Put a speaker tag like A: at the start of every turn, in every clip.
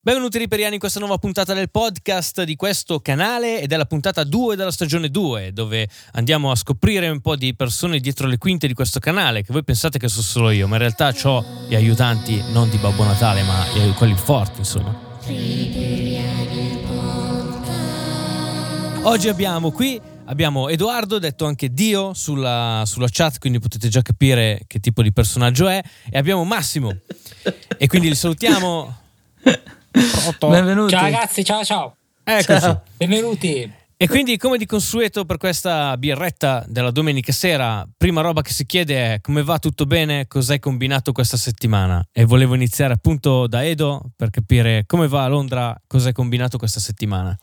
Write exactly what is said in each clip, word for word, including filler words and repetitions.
A: Benvenuti riperiani in questa nuova puntata del podcast di questo canale ed è la puntata due della stagione due, dove andiamo a scoprire un po' di persone dietro le quinte di questo canale, che voi pensate che sono solo io, ma in realtà ho gli aiutanti non di Babbo Natale, ma quelli forti, insomma. Oggi abbiamo qui abbiamo Edoardo, detto anche Dio, sulla, sulla chat, quindi potete già capire che tipo di personaggio è, e abbiamo Massimo, e quindi li salutiamo.
B: Benvenuti.
C: Ciao ragazzi, ciao ciao.
A: Eccoci.
B: Ciao.
C: Benvenuti.
A: E quindi, come di consueto per questa birretta della domenica sera, prima roba che si chiede è: come va, tutto bene? Cos'hai combinato questa settimana? E volevo iniziare appunto da Edo per capire come va a Londra, cos'hai combinato questa settimana.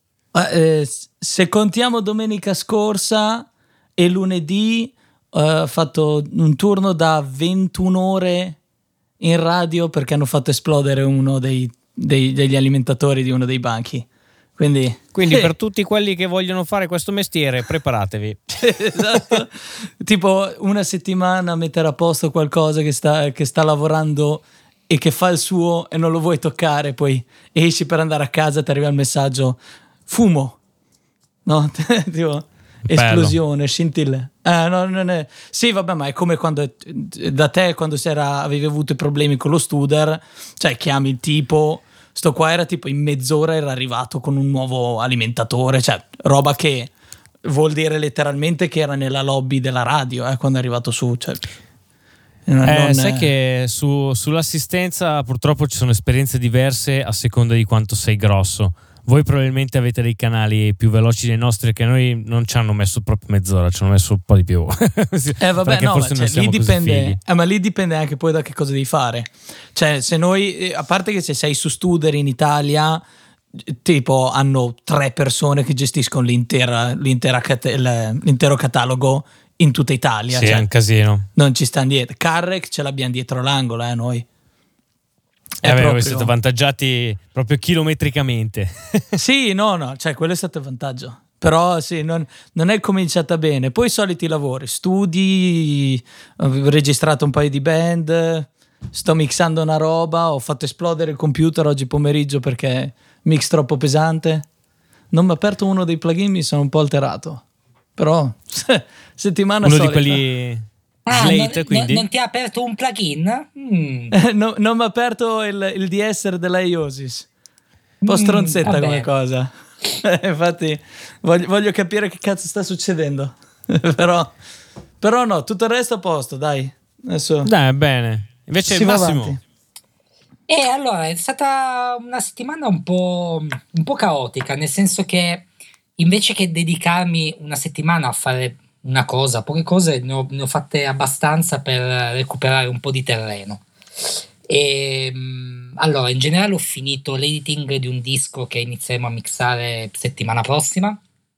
B: Eh, se contiamo domenica scorsa e lunedì, ho eh, fatto un turno da ventuno ore in radio perché hanno fatto esplodere uno dei, dei, degli alimentatori di uno dei banchi. Quindi,
A: Quindi
B: eh.
A: per tutti quelli che vogliono fare questo mestiere, preparatevi.
B: Esatto. Tipo una settimana a mettere a posto qualcosa che sta, che sta lavorando e che fa il suo e non lo vuoi toccare, poi esci per andare a casa, ti arriva il messaggio: fumo, no? Tipo, esplosione, scintille. Eh, no, non è... Sì, vabbè, ma è come quando da te, quando si era, avevi avuto i problemi con lo Studer, cioè chiami il tipo, sto qua era tipo in mezz'ora era arrivato con un nuovo alimentatore, cioè roba che vuol dire letteralmente che era nella lobby della radio, eh, quando è arrivato su, cioè... Non,
A: eh,
B: non
A: sai
B: è...
A: che su, sull'assistenza purtroppo ci sono esperienze diverse a seconda di quanto sei grosso. Voi probabilmente avete dei canali più veloci dei nostri, che noi non ci hanno messo proprio mezz'ora, ci hanno messo un po' di più.
B: Eh vabbè, no, ma, cioè, lì dipende, eh, ma lì dipende anche poi da che cosa devi fare. Cioè, se noi, a parte che se sei su Studer in Italia, tipo hanno tre persone che gestiscono l'intera, l'intera cat- l'intero catalogo in tutta Italia.
A: Sì,
B: cioè,
A: è un casino.
B: Non ci stanno dietro. Carrec ce l'abbiamo dietro l'angolo, eh, noi.
A: Eh beh, proprio... voi siete avvantaggiati proprio chilometricamente.
B: Sì, no, no, cioè quello è stato il vantaggio. Però sì, non, non è cominciata bene. Poi i soliti lavori, studi, ho registrato un paio di band, sto mixando una roba, ho fatto esplodere il computer oggi pomeriggio perché mix troppo pesante. Non mi ha aperto uno dei plugin, mi sono un po' alterato. Però settimana
A: uno
B: solita.
A: Di quelli...
C: Ah,
A: Slate,
C: non,
A: quindi?
C: non, non ti ha aperto un plugin? Mm.
B: Eh, no, non mi ha aperto il, il D S R della Iosis. Un po' stronzetta
C: mm,
B: come cosa. Infatti voglio, voglio capire che cazzo sta succedendo. però, però no, tutto il resto a posto, dai. Adesso
A: dai, bene. Invece
B: si va
A: Massimo.
B: avanti.
C: E allora è stata una settimana un po', un po' caotica, nel senso che invece che dedicarmi una settimana a fare una cosa, poche cose, ne ho, ne ho fatte abbastanza per recuperare un po' di terreno. E allora, in generale ho finito l'editing di un disco che inizieremo a mixare settimana prossima.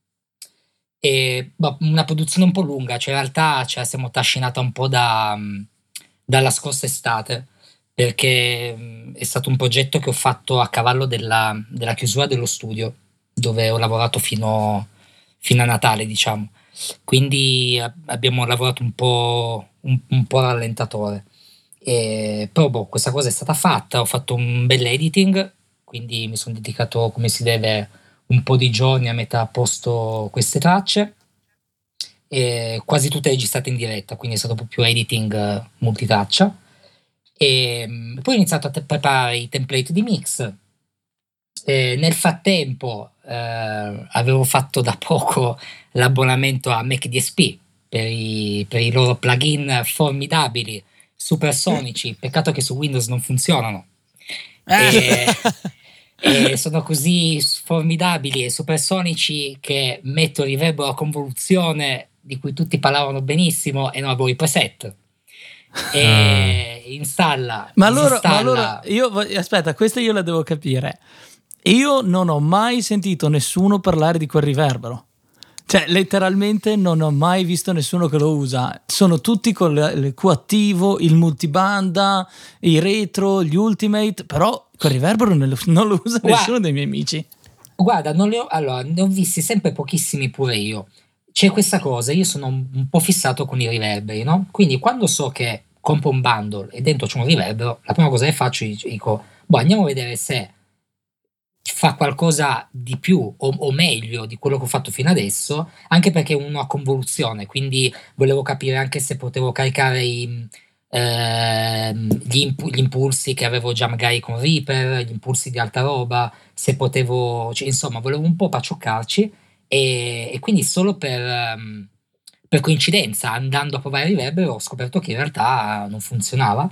C: E boh, una produzione un po' lunga, cioè in realtà ce la siamo trascinata un po' da, dalla scorsa estate, perché è stato un progetto che ho fatto a cavallo della, della chiusura dello studio, dove ho lavorato fino, fino a Natale, diciamo. Quindi abbiamo lavorato un po', un, un po' rallentatore. E però boh, questa cosa è stata fatta, ho fatto un bel editing, quindi mi sono dedicato come si deve un po' di giorni a mettere a posto queste tracce, e quasi tutte registrate in diretta, quindi è stato proprio editing multitraccia. E poi ho iniziato a te- preparare i template di mix. E nel frattempo eh, avevo fatto da poco l'abbonamento a MacDSP per i, per i loro plugin formidabili, supersonici, peccato che su Windows non funzionano. E, e sono così formidabili e supersonici che metto il riverbero a convoluzione di cui tutti parlavano benissimo e non avevo i preset. E installa,
B: ma allora,
C: disinstalla.
B: ma allora io aspetta, questa io la devo capire. Io non ho mai sentito nessuno parlare di quel riverbero. Cioè, letteralmente non ho mai visto nessuno che lo usa. Sono tutti con il Q attivo, il multibanda, i retro, gli ultimate, però quel riverbero non lo, non lo usa
C: Guarda,
B: nessuno dei miei amici.
C: Guarda, non li ho, allora, ne ho visti sempre pochissimi pure io. C'è questa cosa, io sono un po' fissato con i riverberi, no? Quindi quando so che compro un bundle e dentro c'è un riverbero, la prima cosa che faccio dico, boh, andiamo a vedere se fa qualcosa di più o, o meglio di quello che ho fatto fino adesso, anche perché è uno a convoluzione, quindi volevo capire anche se potevo caricare i, ehm, gli, impu- gli impulsi che avevo già magari con Reaper, gli impulsi di alta roba, se potevo, cioè, insomma, volevo un po' paccioccarci e, e quindi solo per, ehm, per coincidenza, andando a provare Reverb, ho scoperto che in realtà non funzionava.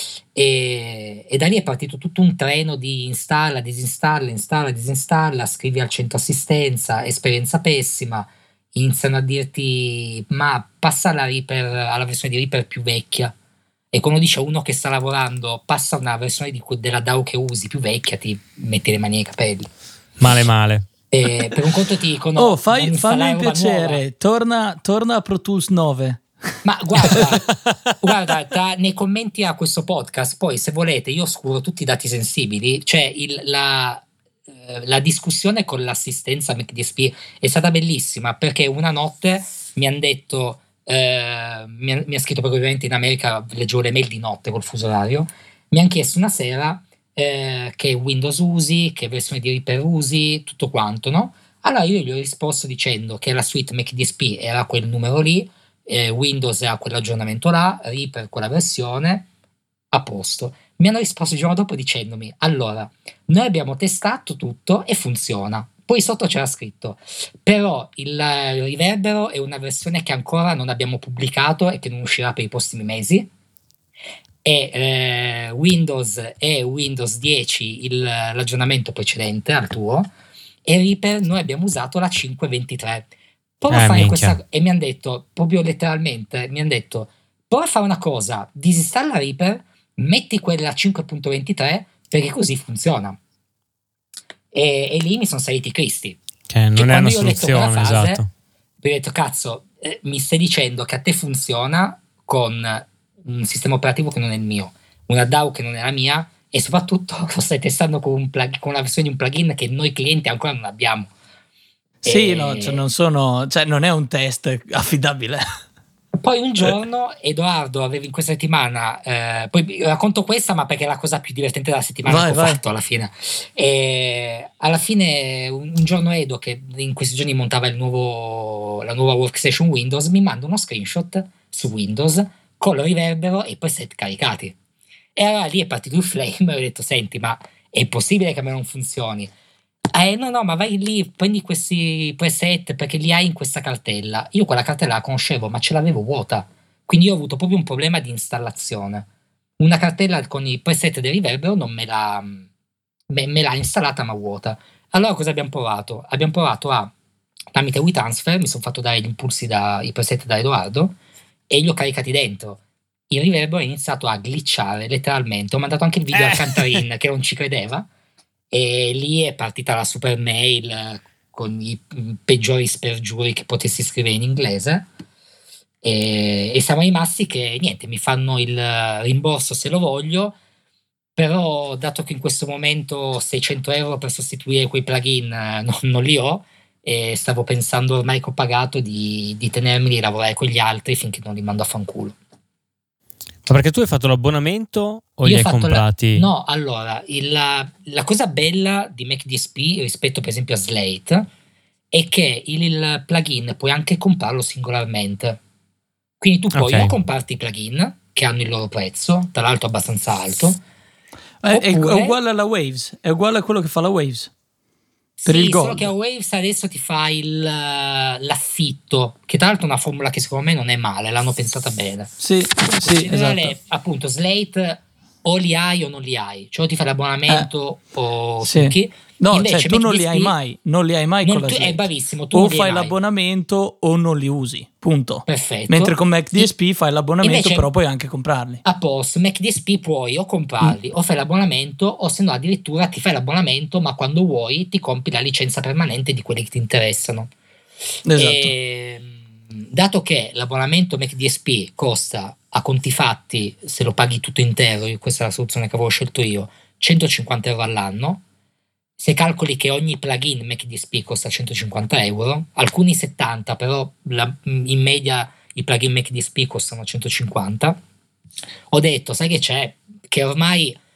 C: E, e da lì è partito tutto un treno di installa, disinstalla, installa, disinstalla, scrivi al centro assistenza, esperienza pessima, iniziano a dirti ma passa alla, Reaper, alla versione di Reaper più vecchia, e quando dice a uno che sta lavorando passa a una versione di, della D A W che usi più vecchia, ti metti le mani nei capelli.
A: Male male.
C: E per un conto ti dicono
B: oh fai,
C: non
B: fammi il
C: roba
B: piacere, torna, torna a Pro Tools nove.
C: Ma guarda, guarda tra, nei commenti a questo podcast, poi se volete io oscuro tutti i dati sensibili, cioè il, la, eh, la discussione con l'assistenza Mac D S P è stata bellissima, perché una notte mi hanno detto, eh, mi, ha, mi ha scritto, perché ovviamente in America leggevo le mail di notte col fuso orario, mi hanno chiesto una sera eh, che Windows usi, che versione di Reaper usi, tutto quanto, no? Allora io gli ho risposto dicendo che la suite Mac D S P era quel numero lì, Eh, Windows ha quell'aggiornamento là, Reaper quella versione, a posto. Mi hanno risposto il giorno dopo dicendomi: allora, noi abbiamo testato tutto e funziona. Poi sotto c'era scritto: però il riverbero è una versione che ancora non abbiamo pubblicato e che non uscirà per i prossimi mesi, e eh, Windows è Windows dieci il, l'aggiornamento precedente al tuo, e Reaper noi abbiamo usato la cinque ventitré. Prova
A: Eh,
C: a fare
A: minchia.
C: questa, e mi hanno detto proprio letteralmente, mi hanno detto prova a fare una cosa, disinstalla Reaper, metti quella cinque punto ventitré perché così funziona. E, e lì mi sono saliti i cristi,
A: Che non
C: che
A: è una
C: quando io ho letto quella
A: soluzione,
C: frase
A: esatto.
C: mi ho detto cazzo, eh, mi stai dicendo che a te funziona con un sistema operativo che non è il mio, una D A W che non è la mia, e soprattutto lo stai testando con, un plug, con una versione di un plugin che noi clienti ancora non abbiamo.
B: Sì,
C: E
B: no, cioè non sono, cioè non è un test affidabile.
C: poi un giorno Edoardo avevi in questa settimana, eh, poi racconto questa ma perché è la cosa più divertente della settimana
B: Vai,
C: che ho
B: vai.
C: fatto alla fine. E alla fine un, un giorno Edo, che in questi giorni montava il nuovo, la nuova workstation Windows, mi manda uno screenshot su Windows con il riverbero e i preset caricati. E allora lì è partito il flame e ho detto senti, ma è possibile che a me non funzioni? Eh no no, ma vai lì, prendi questi preset perché li hai in questa cartella. Io quella cartella la conoscevo ma ce l'avevo vuota, quindi io ho avuto proprio un problema di installazione. Una cartella con i preset del riverbero non me l'ha, me, me l'ha installata ma vuota. Allora cosa abbiamo provato? Abbiamo provato a, tramite WeTransfer, mi sono fatto dare gli impulsi da, i preset da Edoardo e li ho caricati dentro. Il riverbero ha iniziato a glitchare letteralmente. Ho mandato anche il video
A: Eh.
C: a Cantarin che non ci credeva, e lì è partita la super mail eh, con i mm, peggiori spergiuri che potessi scrivere in inglese, e, e siamo rimasti che niente, mi fanno il rimborso se lo voglio, però dato che in questo momento seicento euro per sostituire quei plugin eh, non, non li ho, e stavo pensando ormai che ho pagato di, di tenermeli e lavorare con gli altri finché non li mando a fanculo.
A: Ma perché tu hai fatto l'abbonamento o
C: Io
A: li
C: ho
A: hai
C: fatto la-
A: comprati?
C: No, allora, il- la, la cosa bella di Mac D S P rispetto per esempio a Slate è che il, il plugin puoi anche comprarlo singolarmente. Quindi tu puoi
A: Ok.
C: o comprarti i plugin che hanno il loro prezzo, tra l'altro abbastanza alto.
B: È, è
C: Oppure-
B: uguale alla Waves, è uguale a quello che fa la Waves. Per
C: sì,
B: il
C: solo
B: Gold.
C: che a Waves adesso ti fa il, eh, l'affitto, che tra l'altro è una formula che secondo me non è male, l'hanno pensata bene.
B: Sì, sì,
C: In generale,
B: esatto.
C: appunto, Slate o li hai o non li hai, cioè o ti fai l'abbonamento o
B: Sì.
C: succhi.
B: No,
C: Invece
B: cioè tu
C: Mac
B: non
C: D S
B: li
C: P
B: hai mai, non li hai mai
C: non
B: con la
C: tu-
B: Slate.
C: è bravissimo, tu
B: o
C: non li hai
B: fai
C: mai.
B: l'abbonamento o non li usi, punto.
C: Perfetto.
B: Mentre con Mac D S P fai l'abbonamento,
C: Invece-
B: però puoi anche comprarli.
C: A posto, Mac D S P puoi o comprarli o fai l'abbonamento, o se no addirittura ti fai l'abbonamento ma quando vuoi ti compri la licenza permanente di quelli che ti interessano.
B: Esatto.
C: E, dato che l'abbonamento Mac D S P costa a conti fatti, se lo paghi tutto intero, io- questa è la soluzione che avevo scelto io, centocinquanta euro all'anno. Se calcoli che ogni plugin Mac D S P costa centocinquanta euro, alcuni settanta, però la- in media i plugin Mac D S P costano centocinquanta, ho detto, sai che c'è? Che ormai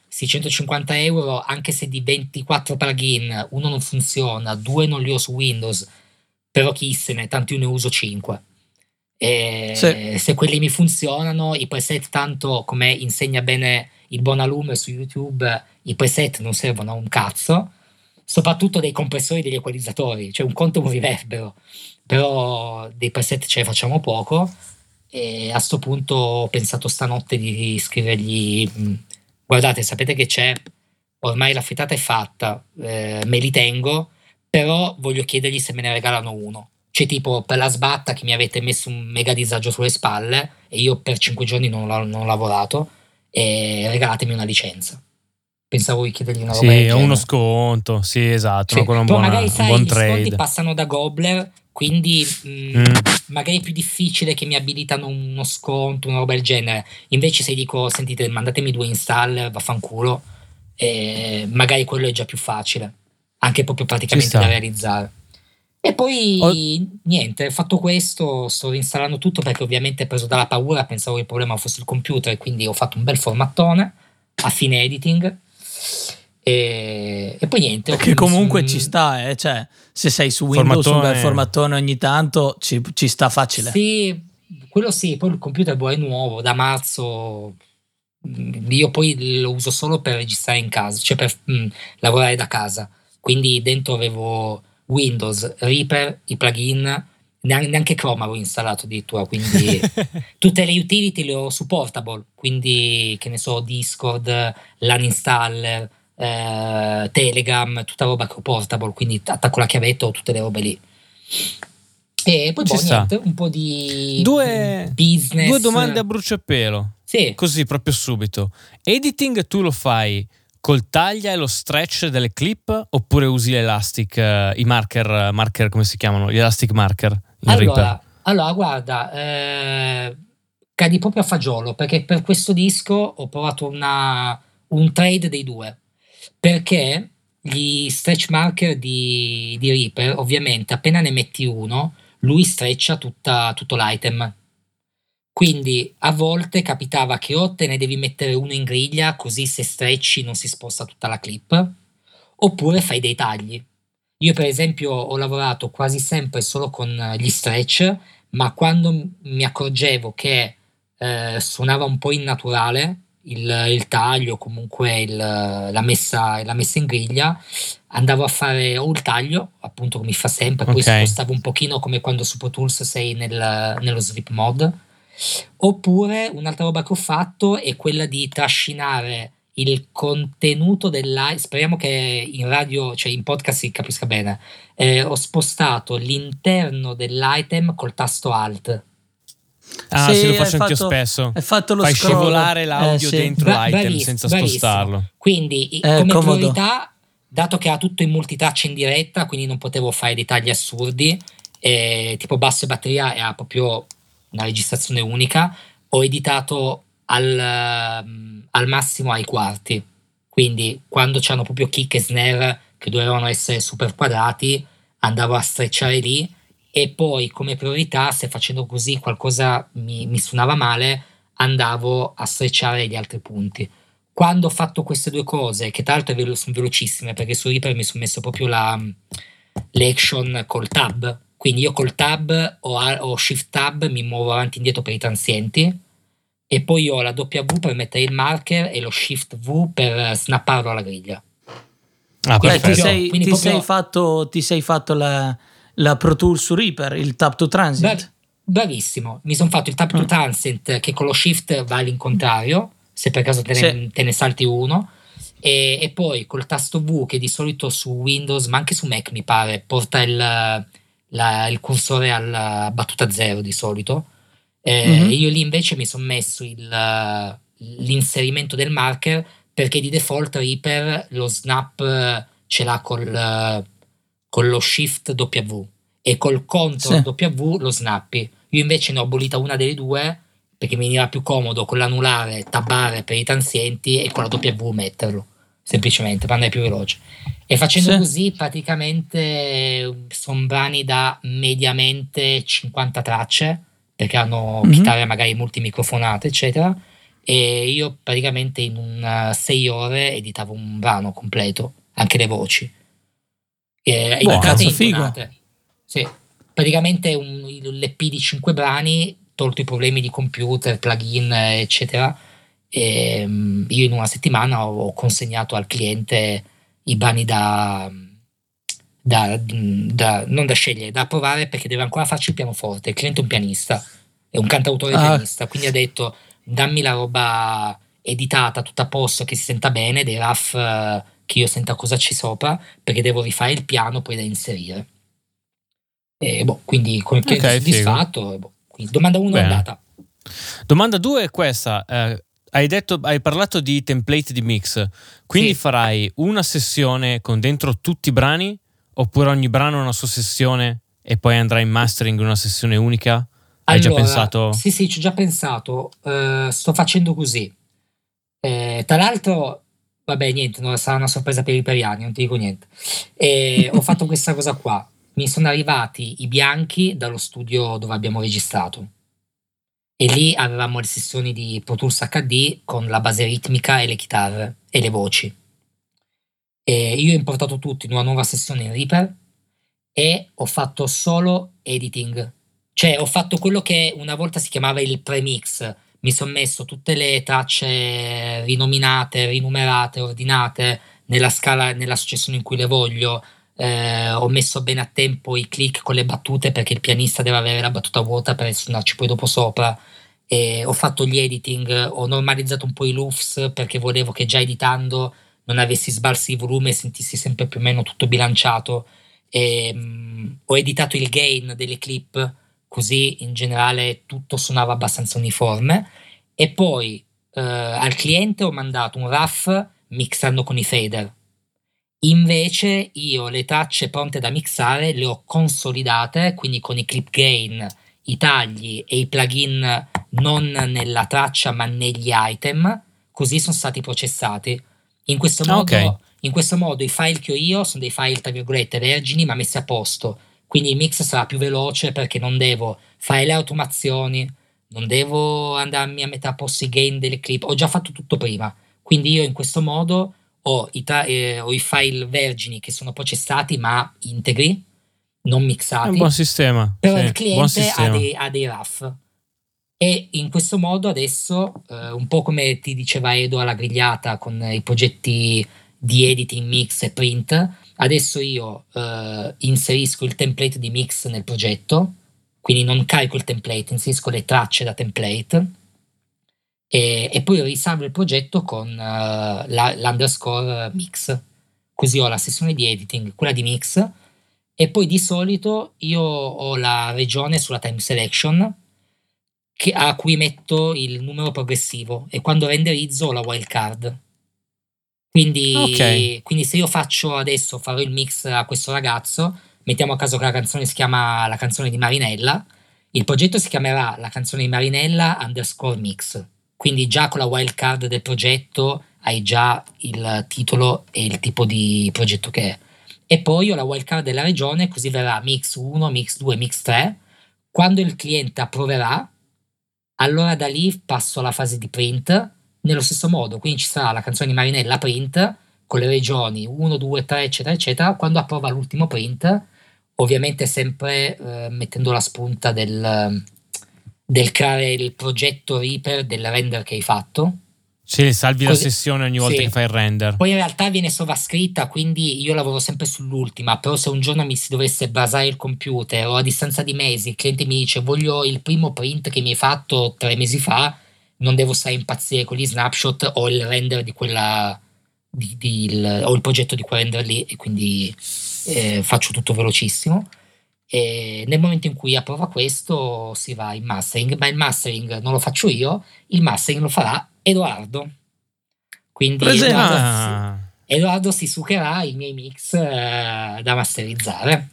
C: questi centocinquanta euro, anche se di ventiquattro plugin uno non funziona, due non li ho su Windows, però chi se ne, tanto io ne uso cinque. E
B: Sì.
C: se quelli mi funzionano, i preset, tanto come insegna bene il buon Alume su YouTube, i preset non servono a un cazzo, soprattutto dei compressori e degli equalizzatori, cioè un conto è un riverbero, però dei preset ce ne facciamo poco. E a sto punto ho pensato stanotte di scrivergli: guardate, sapete che c'è, ormai la frittata è fatta, eh, me li tengo, però voglio chiedergli se me ne regalano uno. Cioè, tipo, per la sbatta che mi avete messo un mega disagio sulle spalle e io per cinque giorni non, non ho lavorato, e regalatemi una licenza. Pensavo di chiedergli una roba del
A: Sì,
C: genere.
A: uno sconto, sì, esatto,
C: Sì,
A: no, quello è un,
C: però
A: buona,
C: magari
A: un
C: sai,
A: buon
C: gli sconti
A: trade.
C: passano da Gobbler, quindi mh,
A: Mm.
C: magari è più difficile che mi abilitano uno sconto, una roba del genere. Invece se dico, sentite, mandatemi due installer, vaffanculo, e magari quello è già più facile, anche proprio
A: Ci
C: praticamente
A: sta.
C: da realizzare. E poi
A: Ho-
C: niente, fatto questo, sto installando tutto perché ovviamente preso dalla paura, pensavo che il problema fosse il computer, quindi ho fatto un bel formattone a fine editing. E, e poi niente. ho
B: Che
C: quindi
B: comunque
C: su-
B: ci sta, eh? Cioè, se sei su Windows un bel
A: Formattone.
B: formattone ogni tanto ci, ci sta facile.
C: Sì, quello sì, poi il computer boh, è nuovo, da marzo. mm, Io poi lo uso solo per registrare in casa, cioè per mm, lavorare da casa. Quindi dentro avevo Windows, Reaper, i plugin, neanche, neanche Chrome avevo installato addirittura, quindi tutte le utility le ho su Portable, quindi che ne so, Discord, LAN installer, eh, Telegram, tutta roba che ho Portable, quindi attacco la chiavetta o tutte le robe lì. E poi
A: Ci
C: boh,
A: sta.
C: niente, un po' di
A: Due,
C: business.
A: due domande a bruciapelo,
C: Sì,
A: così proprio subito. Editing tu lo fai col taglia e lo stretch delle clip oppure usi l'elastic, eh, i marker, marker come si chiamano? Gli elastic marker in Reaper?
C: allora, allora guarda, eh, cadi proprio a fagiolo perché per questo disco ho provato una, un trade dei due. Perché gli stretch marker di, di Reaper, ovviamente, appena ne metti uno, lui streccia tutta, tutto l'item. Quindi a volte capitava che o te ne devi mettere uno in griglia, così se stretchi non si sposta tutta la clip, oppure fai dei tagli. Io, per esempio, ho lavorato quasi sempre solo con gli stretch, ma quando m- mi accorgevo che eh, suonava un po' innaturale il, il taglio, comunque il- la messa, la messa in griglia, andavo a fare o il taglio, appunto come mi fa sempre, poi
A: Ok.
C: spostavo un pochino come quando su Pro Tools sei nel- nello sleep mode. Oppure un'altra roba che ho fatto è quella di trascinare il contenuto dell'item. Speriamo che in radio, cioè in podcast, si capisca bene. Eh, ho spostato l'interno dell'item col tasto Alt.
A: Ah, sì, lo
B: Sì,
A: faccio
B: hai
A: anch'io
B: fatto,
A: spesso.
B: hai fatto lo
A: Fai
B: scroll.
A: scivolare l'audio
B: Eh, sì.
A: dentro
C: Bra-
A: l'item
C: braviss-
A: senza
C: bravissimo.
A: spostarlo.
C: Quindi, i-
B: È
C: come
B: comodo.
C: priorità, dato che era tutto in multitraccia in diretta, quindi non potevo fare dei tagli assurdi, eh, tipo basso e batteria era proprio una registrazione unica, ho editato al, ehm, al massimo ai quarti. Quindi, quando c'erano proprio kick e snare che dovevano essere super quadrati, andavo a strecciare lì. E poi, come priorità, se facendo così qualcosa mi, mi suonava male, andavo a strecciare gli altri punti. Quando ho fatto queste due cose, che tra l'altro è velo- sono velocissime, perché su Reaper mi sono messo proprio la, l'action col tab. Quindi io col tab o, a- o shift tab mi muovo avanti e indietro per i transienti, e poi ho la W per mettere il marker e lo shift V per snapparlo alla griglia.
A: Ah,
C: Quindi
B: Beh, ti
A: perfetto.
B: sei,
C: quindi
B: ti
C: proprio-
B: sei fatto, ti sei fatto la, la Pro Tools su Reaper, il Tap to Transit.
C: Bravi- bravissimo, mi sono fatto il tap to
B: Mm.
C: transient che con lo shift va all'incontrario, se per caso te ne,
B: Sì.
C: te ne salti uno, e, e poi col tasto V, che di solito su Windows ma anche su Mac mi pare porta il, la- il cursore alla battuta zero di solito. Eh,
B: Mhm.
C: io lì invece mi sono messo il, l'inserimento del marker, perché di default Reaper lo snap eh, ce l'ha col, eh, con lo shift W, e col control
B: Sì.
C: W lo snappi. Io invece ne ho abolita una delle due perché mi veniva più comodo con l'anulare tabbare per i transienti e con la W metterlo, semplicemente per andare più veloce. E facendo
B: Sì.
C: così praticamente sono brani da mediamente cinquanta tracce, perché hanno
B: Mhm.
C: chitarre magari multimicrofonate eccetera, e io praticamente in un sei ore editavo un brano completo, anche le voci. E
B: Boh,
C: editate e
B: cazzo, figo.
C: intonate. Sì, praticamente un, l'E P di cinque brani, tolto i problemi di computer, plugin, eccetera. E, um, io in una settimana ho, ho consegnato al cliente i brani da, da, da non da scegliere, da provare, perché deve ancora farci il pianoforte. Il cliente è un pianista, è un cantautore
B: Ah.
C: pianista, quindi ha detto dammi la roba editata, tutta a posto, che si senta bene, dei rough, uh, che io senta cosa c'è sopra, perché devo rifare il piano poi da inserire. E, boh, quindi con il cliente
A: Ok,
C: soddisfatto. Boh, quindi, domanda uno è andata.
A: Domanda due è questa. Eh, hai detto, hai parlato di template di mix, quindi
C: Sì.
A: farai una sessione con dentro tutti i brani, oppure ogni brano è una sua sessione e poi andrai in mastering una sessione unica? Hai
C: Allora,
A: già pensato?
C: Sì, sì, ci ho già pensato. Uh, sto facendo così. Eh, tra l'altro, vabbè, niente, no, sarà una sorpresa per i periani, non ti dico niente. E ho fatto questa cosa qua. Mi sono arrivati i bianchi dallo studio dove abbiamo registrato. E lì avevamo le sessioni di Pro Tools acca di con la base ritmica e le chitarre e le voci. E io ho importato tutto in una nuova sessione in Reaper e ho fatto solo editing. Cioè ho fatto quello che una volta si chiamava il premix. Mi sono messo tutte le tracce rinominate, rinumerate, ordinate nella scala, nella successione in cui le voglio. Eh, ho messo bene a tempo i click con le battute, perché il pianista deve avere la battuta vuota per suonarci poi dopo sopra. E ho fatto gli editing, ho normalizzato un po' i loofs, perché volevo che già editando non avessi sbalzi di volume e sentissi sempre più o meno tutto bilanciato. E, um, ho editato il gain delle clip, così in generale tutto suonava abbastanza uniforme. E poi eh, al cliente ho mandato un rough mixando con i fader. Invece io le tracce pronte da mixare le ho consolidate, quindi con i clip gain, i tagli e i plugin non nella traccia ma negli item, così sono stati processati. In questo
A: Ah,
C: modo,
A: ok.
C: in questo modo i file che ho io sono dei file tra virgolette vergini ma messi a posto, quindi il mix sarà più veloce perché non devo fare le automazioni, non devo andarmi a mettere a posto i gain delle clip, ho già fatto tutto prima, quindi io in questo modo ho i, tra- eh, ho i file vergini che sono processati ma integri, non
A: È
C: mixati,
A: un buon sistema.
C: però
A: sì,
C: il
A: buon
C: cliente ha
A: sistema.
C: dei, ha dei rough. E in questo modo adesso, eh, un po' come ti diceva Edo alla grigliata con i progetti di editing, mix e print, adesso io eh, inserisco il template di mix nel progetto, quindi non carico il template, inserisco le tracce da template e, e poi risalvo il progetto con uh, la, l'underscore mix, così ho la sessione di editing, quella di mix, e poi di solito io ho la regione sulla time selection che, a cui metto il numero progressivo, e quando renderizzo ho la wildcard. Quindi,
A: Ok.
C: quindi se io faccio adesso, farò il mix a questo ragazzo, mettiamo a caso che la canzone si chiama La canzone di Marinella, il progetto si chiamerà La canzone di Marinella underscore mix, quindi già con la wildcard del progetto hai già il titolo e il tipo di progetto che è. E poi ho la wildcard della regione, così verrà mix uno, mix due, mix tre. Quando il cliente approverà, allora da lì passo alla fase di print nello stesso modo, quindi ci sarà la canzone di Marinella print con le regioni uno, due, tre eccetera eccetera. Quando approva l'ultimo print, ovviamente sempre eh, mettendo la spunta del, del creare il progetto Reaper del render che hai fatto.
A: Sì, salvi
C: Così-
A: la sessione ogni volta
C: sì.
A: che fai il render.
C: Poi in realtà viene sovrascritta, quindi io lavoro sempre sull'ultima, però se un giorno mi si dovesse basare il computer o a distanza di mesi il cliente mi dice voglio il primo print che mi hai fatto tre mesi fa, non devo stare a impazzire con gli snapshot o il render di quella di, di il, o il progetto di quel render lì, e quindi eh, faccio tutto velocissimo. E nel momento in cui approva questo si va in mastering, ma il mastering non lo faccio io, il mastering lo farà Edoardo. Quindi
B: Presente.
C: Edoardo,
A: Ah.
C: Edoardo si succherà i miei mix eh, da masterizzare.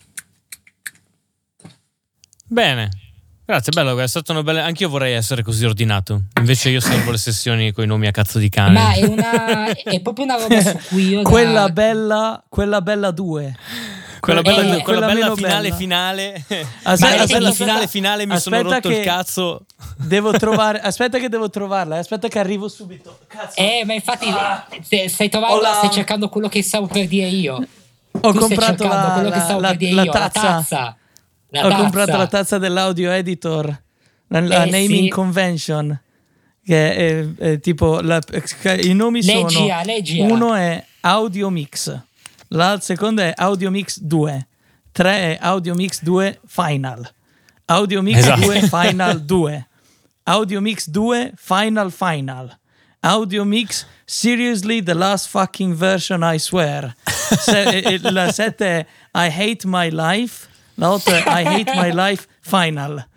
A: Bene. Grazie, bello, è stato una bella. Anch'io vorrei essere così ordinato. Invece io salvo le sessioni con i nomi a cazzo di cane.
C: Ma è, una, è proprio una roba su cui io da-
B: Quella bella, quella bella due.
A: quella bella,
B: Eh,
A: quella
B: quella
A: bella
B: meno
A: finale
B: bella.
A: finale
B: Aspetta,
A: ma la
C: aspetta,
A: bella
C: aspetta,
A: finale finale mi sono
B: aspetta
A: rotto
B: che-
A: il cazzo.
B: Devo trovare. Aspetta che devo trovarla. eh, Aspetta che arrivo subito. Cazzo.
C: Eh, ma infatti
B: Ah.
C: se- stai trovando,
B: Ho la-
C: stai cercando quello che stavo per dire io.
B: Ho
C: Tu stai
B: comprato
C: cercando
B: la,
C: quello che
B: la-
C: stavo
B: la-
C: per dire
B: la
C: io, la
B: tazza.
C: tazza. La
B: Ho
C: tazza.
B: comprato la tazza dell'audio editor. La, la
C: Eh,
B: naming
C: sì.
B: convention. Che è, è tipo. La, I nomi
C: Leggila,
B: sono.
C: leggila.
B: Uno è Audio Mix. La seconda è Audio Mix due. Tre è Audio Mix due Final. Audio Mix
A: Esatto.
B: due Final due. Audio Mix due Final Final. Audio Mix Seriously the last fucking version I swear. Se, eh, la sette è I hate my life. La otto è I hate my life final.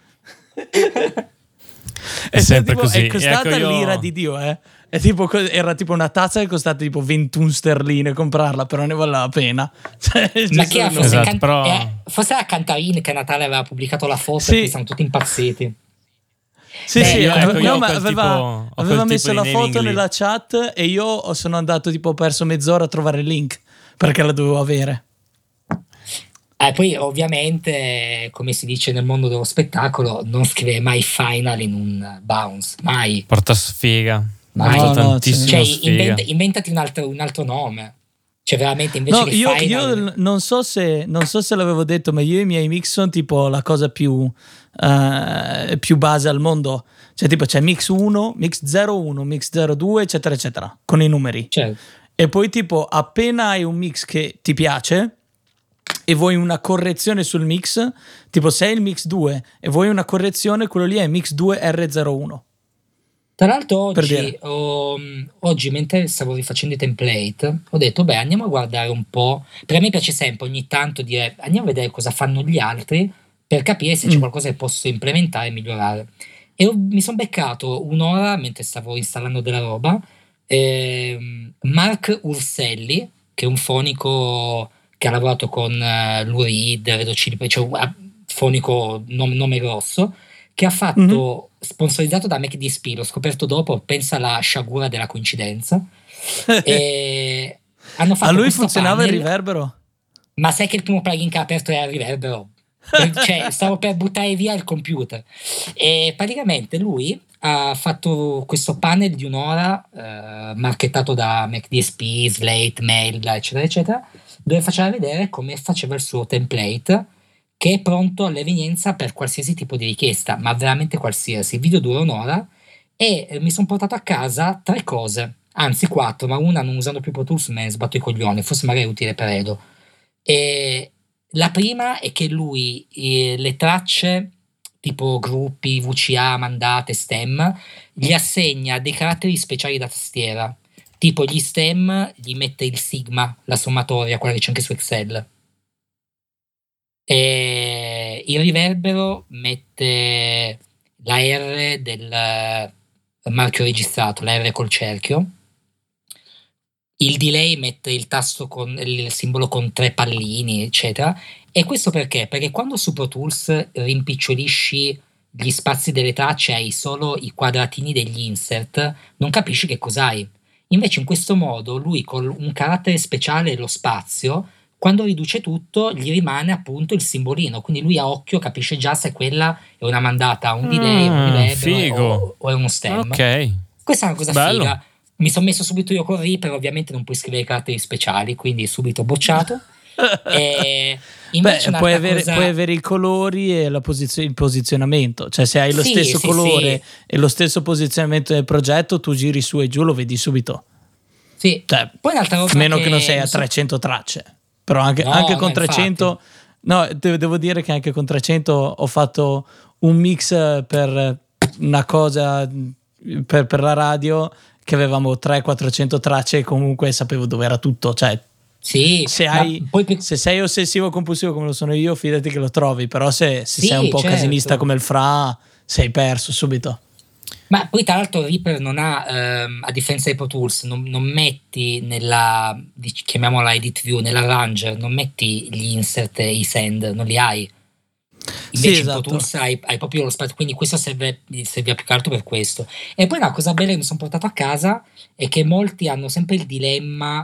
A: È sempre
B: tipo,
A: così.
B: È costata
A: Ecco, io-
B: l'ira di Dio, eh. È tipo, co- era tipo una tazza che costava tipo ventuno sterline comprarla, però ne valeva la pena. Cioè,
C: Ma
B: ci
C: che era,
B: sono-
C: forse,
A: Esatto,
C: Can-
A: però-
C: eh, forse era Cantarin che a Natale aveva pubblicato la foto
B: Sì.
C: e siamo tutti impazziti.
B: Sì,
C: Beh,
B: sì,
C: io-
B: ave-
C: ecco, io
B: no,
A: ho
B: ma
A: quel
B: aveva,
A: tipo- ho quel
B: aveva
A: tipo
B: messo
A: di
B: la
A: naming
B: foto
A: lì.
B: nella chat e io sono andato tipo ho perso mezz'ora a trovare il link perché la dovevo avere.
C: Eh, poi ovviamente, come si dice nel mondo dello spettacolo, non scrive mai final in un bounce, mai.
A: Porta sfiga.
C: Ma
A: Porta
B: no, no,
A: tantissimo
C: Cioè,
A: sfiga.
C: inventa- inventati un altro, un altro nome. Cioè, veramente, invece
B: No,
C: che
B: io,
C: final...
B: io non so se non so se l'avevo detto, ma io e i miei mix sono tipo la cosa più, eh, più base al mondo. Cioè, tipo c'è mix uno, mix zero uno, mix zero due, eccetera, eccetera, con i numeri.
C: Cioè,
B: E poi, tipo, appena hai un mix che ti piace e vuoi una correzione sul mix, tipo se è il mix due e vuoi una correzione, quello lì è mix due R zero uno.
C: tra l'altro
B: Per
C: oggi,
B: dire.
C: ho- oggi mentre stavo rifacendo i template ho detto beh andiamo a guardare un po', perché a me piace sempre ogni tanto dire andiamo a vedere cosa fanno gli altri per capire se c'è
B: Mm.
C: qualcosa che posso implementare e migliorare. E ho- mi sono beccato un'ora mentre stavo installando della roba ehm, Mark Urselli, che è un fonico che ha lavorato con uh, Lou Reed, Red Hot Chili Peppers, cioè un fonico nome, nome grosso, che ha fatto,
B: Mhm.
C: sponsorizzato da MacDSP, l'ho scoperto dopo, pensa alla sciagura della coincidenza. E hanno fatto
B: A lui
C: questo
B: funzionava il
C: panel,
B: riverbero?
C: ma sai che il primo plugin che ha aperto era il riverbero? Cioè, stavo per buttare via il computer. E praticamente lui ha fatto questo panel di un'ora, eh, marchettato da MacDSP, Slate, Mail, eccetera, eccetera, dove faceva vedere come faceva il suo template, che è pronto all'evenienza per qualsiasi tipo di richiesta, ma veramente qualsiasi. Il video dura un'ora e eh, mi sono portato a casa tre cose, anzi quattro, ma una non usando più Pro Tools me ne sbatto i coglioni, forse magari è utile per Edo. E la prima è che lui eh, le tracce tipo gruppi, V C A, mandate, stem, gli assegna dei caratteri speciali da tastiera. Tipo gli stem gli mette il sigma, la sommatoria, quella che c'è anche su Excel. E il riverbero mette la R del marchio registrato, la R col cerchio. Il delay mette il tasto con il simbolo con tre pallini, eccetera. E questo perché? Perché quando su Pro Tools rimpicciolisci gli spazi delle tracce, hai solo i quadratini degli insert, non capisci che cos'hai. Invece in questo modo lui con un carattere speciale lo spazio, quando riduce tutto gli rimane appunto il simbolino, quindi lui a occhio capisce già se quella è una mandata, un delay, un
A: Ah,
C: riverbero
A: figo.
C: o, o è uno stem.
A: Ok.
C: Questa è una cosa
A: Bello.
C: figa. Mi sono messo subito io con Reaper, ovviamente non puoi scrivere caratteri speciali, quindi subito bocciato. E invece
B: Beh, puoi
C: un'altra
B: avere,
C: cosa-
B: puoi avere i colori e la posizio- il posizionamento. Cioè, se hai lo
C: Sì,
B: stesso
C: sì,
B: colore
C: sì.
B: e lo stesso posizionamento del progetto, tu giri su e giù, lo vedi subito.
C: Sì.
B: Cioè,
C: Poi un'altra roba
B: a meno che, non sei
C: mi
B: a
C: so-
B: trecento tracce. Però anche,
C: No,
B: anche
C: no,
B: con
C: infatti.
B: trecento... No, de- devo dire che anche con trecento ho fatto un mix per una cosa per, per la radio che avevamo trecento quattrocento tracce e comunque sapevo dove era tutto. Cioè,
C: Sì,
B: se,
C: ma
B: hai,
C: poi per-
B: se sei ossessivo compulsivo come lo sono io, fidati che lo trovi. Però se, se
C: Sì,
B: sei un po'
C: certo.
B: casinista come il Fra, sei perso subito.
C: Ma poi tra l'altro Reaper non ha, ehm, a differenza di Pro Tools, non, non metti nella, dic- chiamiamola edit view, nell'arranger, non metti gli insert e i send, non li hai. Invece
B: Sì,
C: in Pro
B: esatto.
C: Tools hai, hai proprio lo spazio, quindi questo serve, serve più che altro per questo. E poi una cosa bella che mi sono portato a casa è che molti hanno sempre il dilemma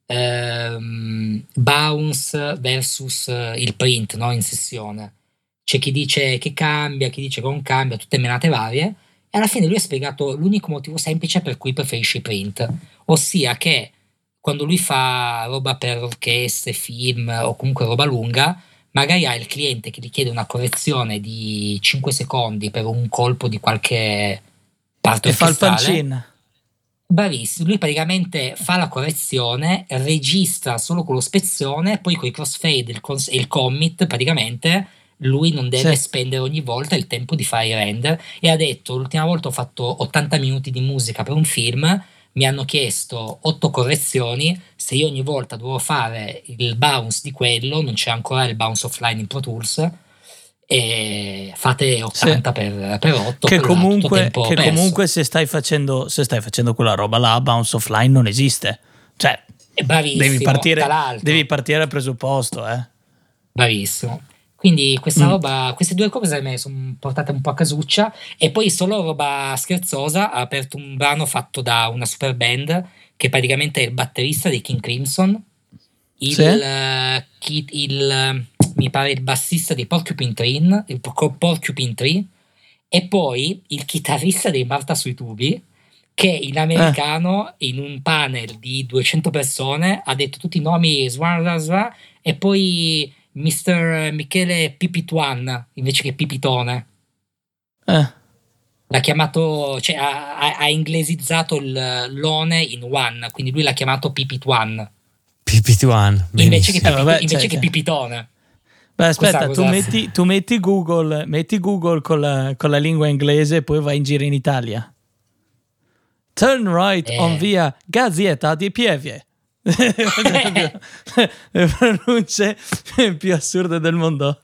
C: ehm, bounce versus il print, no? In sessione. C'è chi dice che cambia, chi dice che non cambia, tutte menate varie. E alla fine lui ha spiegato l'unico motivo semplice per cui preferisce i print, ossia che quando lui fa roba per orchestre, film o comunque roba lunga, magari ha il cliente che gli chiede una correzione di cinque secondi per un colpo di qualche parte
B: E fa il
C: orchestrale.
B: pancin.
C: Bravissimo, lui praticamente fa la correzione, registra solo con lo spezzone, poi con i crossfade il cons- e il commit praticamente lui non deve
B: Sì.
C: spendere ogni volta il tempo di fare i render. E ha detto: l'ultima volta ho fatto ottanta minuti di musica per un film, mi hanno chiesto otto correzioni, se io ogni volta dovevo fare il bounce di quello, non c'è ancora il bounce offline in Pro Tools, e fate ottanta
B: Sì.
C: per, per otto,
B: Che
C: quello era tutto
B: comunque,
C: tempo
B: che
C: perso.
B: comunque se stai facendo se stai facendo quella roba là, bounce offline non esiste. Cioè,
C: È bravissimo,
B: devi
C: tra
B: partire,
C: l'altro.
B: devi partire dal presupposto, eh.
C: Bravissimo. Quindi questa
B: Mm.
C: roba, queste due cose a me sono portate un po' a casuccia. E poi solo roba scherzosa, ha aperto un brano fatto da una super band che praticamente è il batterista di King Crimson, il,
B: Sì.
C: eh, chi- il, eh, mi pare il bassista di Porcupine Tree, il Por- Porcupine Tree, e poi il chitarrista dei Marta sui tubi, che in americano in un panel di duecento persone ha detto tutti i nomi swa, swa, swa, e poi mister Michele Pipituan invece che Pipitone.
B: Eh.
C: L'ha chiamato, cioè ha, ha- ha inglesizzato il l'one in one, quindi lui l'ha chiamato Pipituan
A: P P due One,
C: invece che,
A: benissimo.
B: Eh, vabbè,
C: invece
B: cioè,
C: che
B: cioè.
C: Pipitone.
B: Beh, aspetta,
C: Cosa-
B: tu,
C: cosa-
B: metti, tu metti Google, metti Google con la, con la lingua inglese e poi vai in giro in Italia. Turn right
C: Eh.
B: on via Gazzetta di Pieve. Le pronunce più assurde del mondo.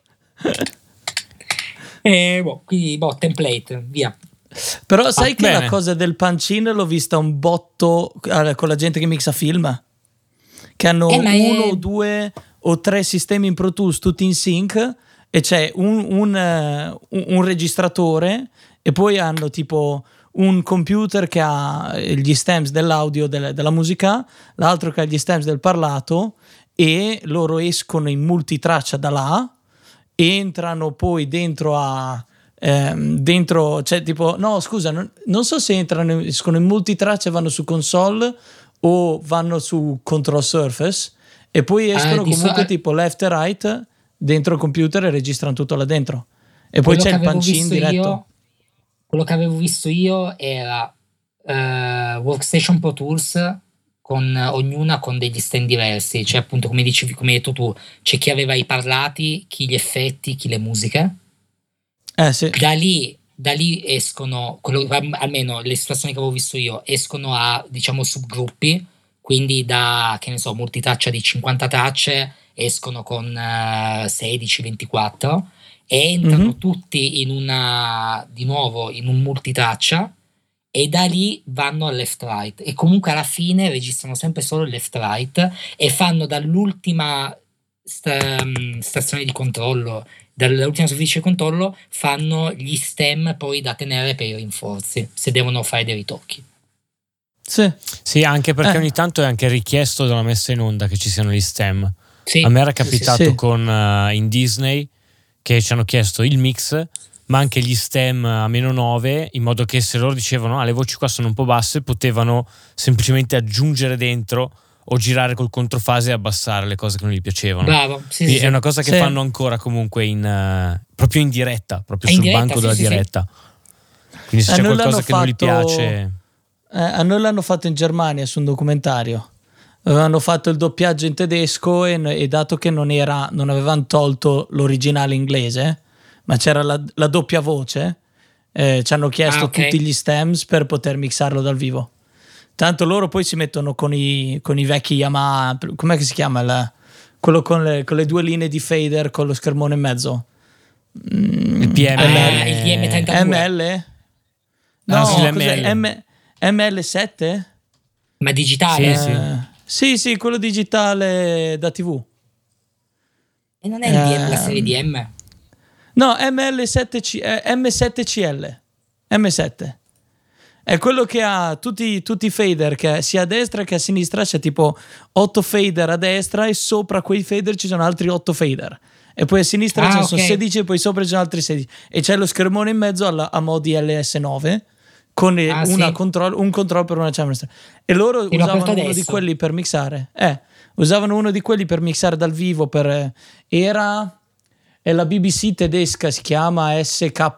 C: Eh, boh, quindi boh, template, via.
B: Però sai
A: Ah,
B: che
A: bene.
B: la cosa del pancin l'ho vista un botto eh, con la gente che mixa film, che hanno
C: Eh, ma è-
B: uno o due o tre sistemi in Pro Tools tutti in sync e c'è un, un, eh, un- un registratore e poi hanno tipo un computer che ha gli stems dell'audio del- della musica, l'altro che ha gli stems del parlato, e loro escono in multitraccia da là, entrano poi dentro a ehm, dentro, cioè tipo no scusa non, non so se entrano escono in multitraccia e vanno su console o vanno su control surface e poi escono
C: Ah, di so-
B: comunque tipo left e right dentro il computer e registrano tutto là dentro e poi
C: Quello
B: c'è
C: che
B: il
C: avevo
B: pancin
C: visto
B: diretto.
C: io, quello che avevo visto io era eh, Workstation Pro Tools con ognuna con degli stand diversi, cioè appunto come dicevi, come hai detto tu, c'è chi aveva i parlati, chi gli effetti, chi le musiche.
B: Eh sì,
C: Da lì, da lì escono, quello, almeno le situazioni che avevo visto io, escono a diciamo subgruppi, quindi da che ne so, multitraccia di cinquanta tracce escono con eh, sedici ventiquattro e entrano
B: Mhm.
C: tutti in una, di nuovo in un multitraccia, e da lì vanno al left right, e comunque alla fine registrano sempre solo il left right e fanno dall'ultima sta- mm, stazione di controllo, dall'ultima superficie di controllo, fanno gli stem poi da tenere per i rinforzi se devono fare dei ritocchi.
B: sì.
A: Sì, anche perché
B: Eh.
A: ogni tanto è anche richiesto dalla messa in onda che ci siano gli stem.
C: Sì,
A: A me era
C: sì, sì,
A: capitato
B: sì.
A: con eh, in Disney che ci hanno chiesto il mix, ma anche gli stem a meno nove, in modo che se loro dicevano ah, le voci qua sono un po' basse, potevano semplicemente aggiungere dentro o girare col controfase e abbassare le cose che non gli piacevano.
C: bravo. Sì,
A: Quindi
C: sì,
A: è una cosa che
B: Sì.
A: fanno ancora comunque in eh, proprio in diretta, proprio
C: È in
A: sul
C: diretta,
A: banco
C: sì,
A: della
C: sì, sì.
A: diretta. Quindi se
B: A
A: c'è
B: noi
A: qualcosa
B: l'hanno
A: che non gli
B: fatto-
A: piace,
B: Eh, a noi l'hanno fatto in Germania su un documentario. Avevano fatto il doppiaggio in tedesco e, e dato che non, era, non avevano tolto l'originale inglese, ma c'era la, la doppia voce, eh, ci hanno chiesto
C: Ah, ok.
B: tutti gli stems per poter mixarlo dal vivo. Tanto loro poi si mettono con i, con i vecchi Yamaha, com'è che si chiama? il- quello con le, con le due linee di fader con lo schermone in mezzo. Mm,
A: il P M,
C: Ah, il D M trentadue.
B: M L? No,
A: Ah, sì,
B: cos'è?
A: l'M L.
B: M- M L sette?
C: Ma digitale?
A: Sì, sì.
B: Eh, sì, sì, quello digitale da tivù.
C: E non è il D M, la
B: Ehm,
C: serie D M?
B: No, M L sette C, eh, M sette C L. M sette. È quello che ha tutti, tutti i fader, che sia a destra che a sinistra c'è tipo otto fader a destra e sopra quei fader ci sono altri otto fader. E poi a sinistra
C: ah,
B: ce ne
C: okay.
B: sono sedici e poi sopra ci sono altri sedici. E c'è lo schermone in mezzo alla, a modi L S nove con
C: ah,
B: una
C: sì?
B: control, un control per una channel. E loro
C: e
B: usavano uno di quelli per mixare. Eh, usavano uno di quelli per mixare dal vivo per... Era... È la B B C tedesca, si chiama S K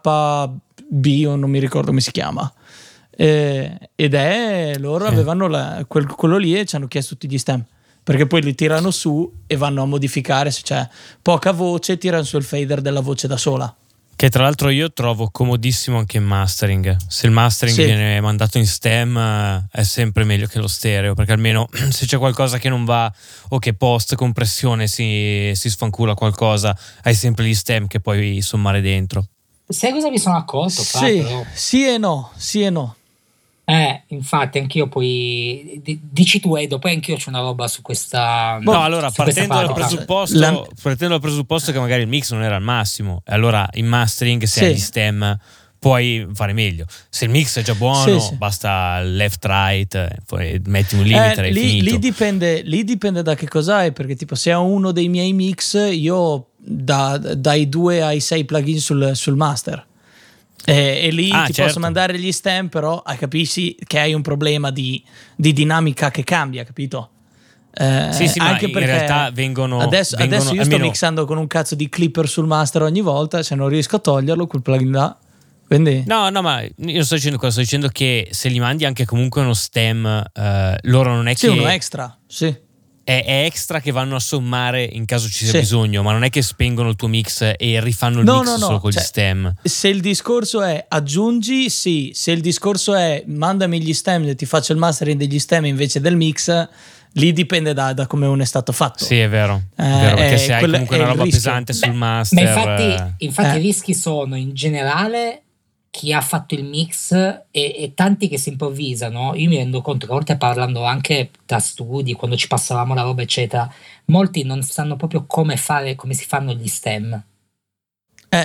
B: B o non mi ricordo come si chiama. Eh, ed è loro
A: sì.
B: avevano la, quel, quello lì e ci hanno chiesto tutti gli stem perché poi li tirano su e vanno a modificare se c'è poca voce, tirano su il fader della voce da sola,
A: che tra l'altro io trovo comodissimo anche in mastering. Se il mastering
B: sì.
A: viene mandato in stem è sempre meglio che lo stereo, perché almeno se c'è qualcosa che non va o che post compressione si, si sfancula qualcosa, hai sempre gli stem che puoi sommare dentro.
C: Sai cosa mi sono accorto? Fra,
B: sì,
C: però?
B: sì e no sì e no
C: Eh, infatti anch'io poi d- dici tu Edo, poi anch'io c'ho una roba su questa.
A: No, allora
C: su questa
A: partendo dal,
C: pratica.
A: presupposto,
B: La-
A: partendo dal presupposto che magari il mix non era al massimo, e allora in mastering se
B: Sì.
A: hai gli stem puoi fare meglio. Se il mix è già buono,
B: Sì, sì.
A: basta left right, eh, poi metti un limite
B: Eh,
A: e hai
B: lì,
A: finito.
B: lì dipende lì dipende da che cosa hai, perché tipo se ho uno dei miei mix io da, dai due ai sei plugin sul, sul master. E, e lì
A: Ah,
B: ti
A: certo.
B: posso mandare gli stem, però ah, capisci che hai un problema di, di dinamica che cambia, capito? Eh,
A: Sì, sì, ma
B: anche
A: in
B: perché
A: realtà vengono-
B: adesso,
A: vengono-
B: adesso io
A: almeno-
B: sto mixando con un cazzo di clipper sul master ogni volta, se non riesco a toglierlo quel plugin là, quindi
A: No, no, ma io sto dicendo cosa? Sto dicendo che se gli mandi anche comunque uno stem, eh, loro non è
B: sì,
A: che
B: uno extra, sì.
A: è, è extra che vanno a sommare in caso ci sia
B: Sì.
A: bisogno, ma non è che spengono il tuo mix e rifanno il
B: No,
A: mix
B: no, no,
A: solo con
B: cioè,
A: gli stem.
B: Se il discorso è aggiungi, sì. Se il discorso è mandami gli stem e ti faccio il mastering degli stem invece del mix, lì dipende da, da come uno è stato fatto.
A: Sì, è vero, è
B: Eh,
A: vero, perché
B: eh,
A: se hai
B: quello
A: comunque
B: è
A: una
B: il
A: roba
B: rischio.
A: pesante sul
C: Beh,
A: master,
C: ma infatti,
A: eh,
C: infatti
B: eh.
C: i rischi sono in generale chi ha fatto il mix e, e tanti che si improvvisano. Io mi rendo conto che a volte parlando anche da studi, quando ci passavamo la roba eccetera, molti non sanno proprio come fare, come si fanno gli stem.
B: Eh,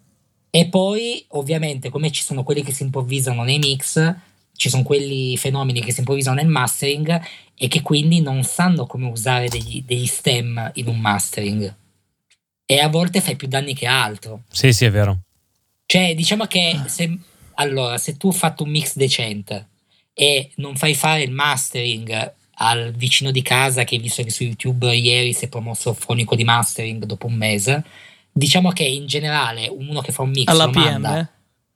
C: E poi ovviamente come ci sono quelli che si improvvisano nei mix, ci sono quelli fenomeni che si improvvisano nel mastering e che quindi non sanno come usare degli, degli stem in un mastering, e a volte fai più danni che altro.
A: sì, sì, è vero.
C: Cioè, diciamo che se, allora, se tu hai fatto un mix decente e non fai fare il mastering al vicino di casa, che visto che su YouTube ieri si è promosso il fonico di mastering dopo un mese, diciamo che in generale uno che fa un mix
B: alla
C: lo
B: P M,
C: manda,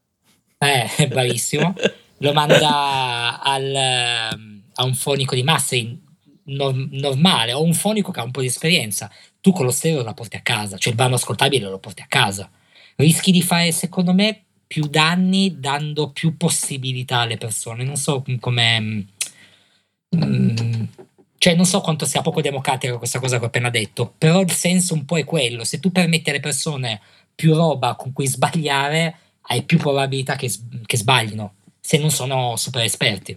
B: eh?
C: eh, bravissimo, lo manda al, ehm, a un fonico di mastering nor- normale o un fonico che ha un po' di esperienza. Tu con lo stereo la porti a casa, cioè il brano ascoltabile lo porti a casa. Rischi di fare, secondo me, più danni dando più possibilità alle persone. Non so come, mm, cioè non so quanto sia poco democratica questa cosa che ho appena detto, però il senso un po' è quello: se tu permetti alle persone più roba con cui sbagliare, hai più probabilità che, che sbaglino, se non sono super esperti.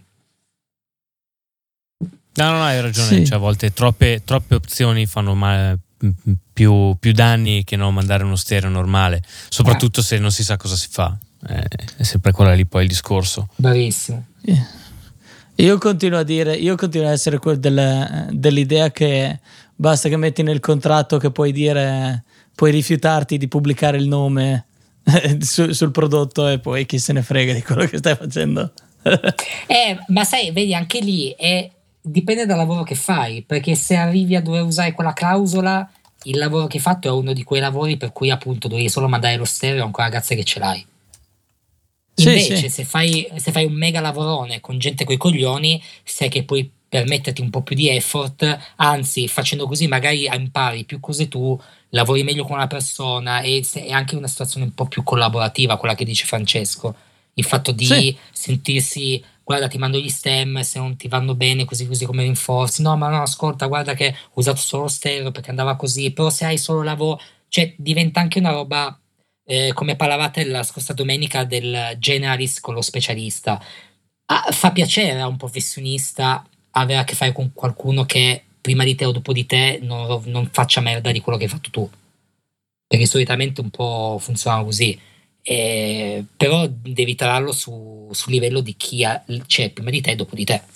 A: No, no, no, hai ragione.
B: Sì.
A: Cioè, a volte troppe, troppe opzioni fanno male, più, più danni che non mandare uno stereo normale, soprattutto se non si sa cosa si fa. Eh, è sempre quella lì poi il discorso.
C: Bravissimo.
B: Io continuo a dire, io continuo a essere quel del, dell'idea che basta che metti nel contratto che puoi dire, puoi rifiutarti di pubblicare il nome su, sul prodotto e poi chi se ne frega di quello che stai facendo.
C: Eh, ma sai, vedi, anche lì è, dipende dal lavoro che fai, perché se arrivi a dover usare quella clausola, il lavoro che hai fatto è uno di quei lavori per cui appunto dovevi solo mandare lo stereo ancora grazie che ce l'hai.
B: Sì,
C: Invece
B: sì.
C: Se, fai, se fai un mega lavorone con gente coi coglioni, sai che puoi permetterti un po' più di effort, anzi facendo così magari impari più cose tu, lavori meglio con una persona e se- è anche una situazione un po' più collaborativa, quella che dice Francesco, il fatto di
B: Sì.
C: sentirsi: guarda, ti mando gli stem, se non ti vanno bene così così come rinforzi, no ma no ascolta, guarda che ho usato solo stereo perché andava così, però se hai solo lavoro, cioè diventa anche una roba, eh, come parlavate la scorsa domenica del generalist con lo specialista. Ah, fa piacere a un professionista avere a che fare con qualcuno che prima di te o dopo di te non, non faccia merda di quello che hai fatto tu, perché solitamente un po' funziona così. eh, però devi trarlo su, sul livello di chi ha, c'è prima di te e dopo di te.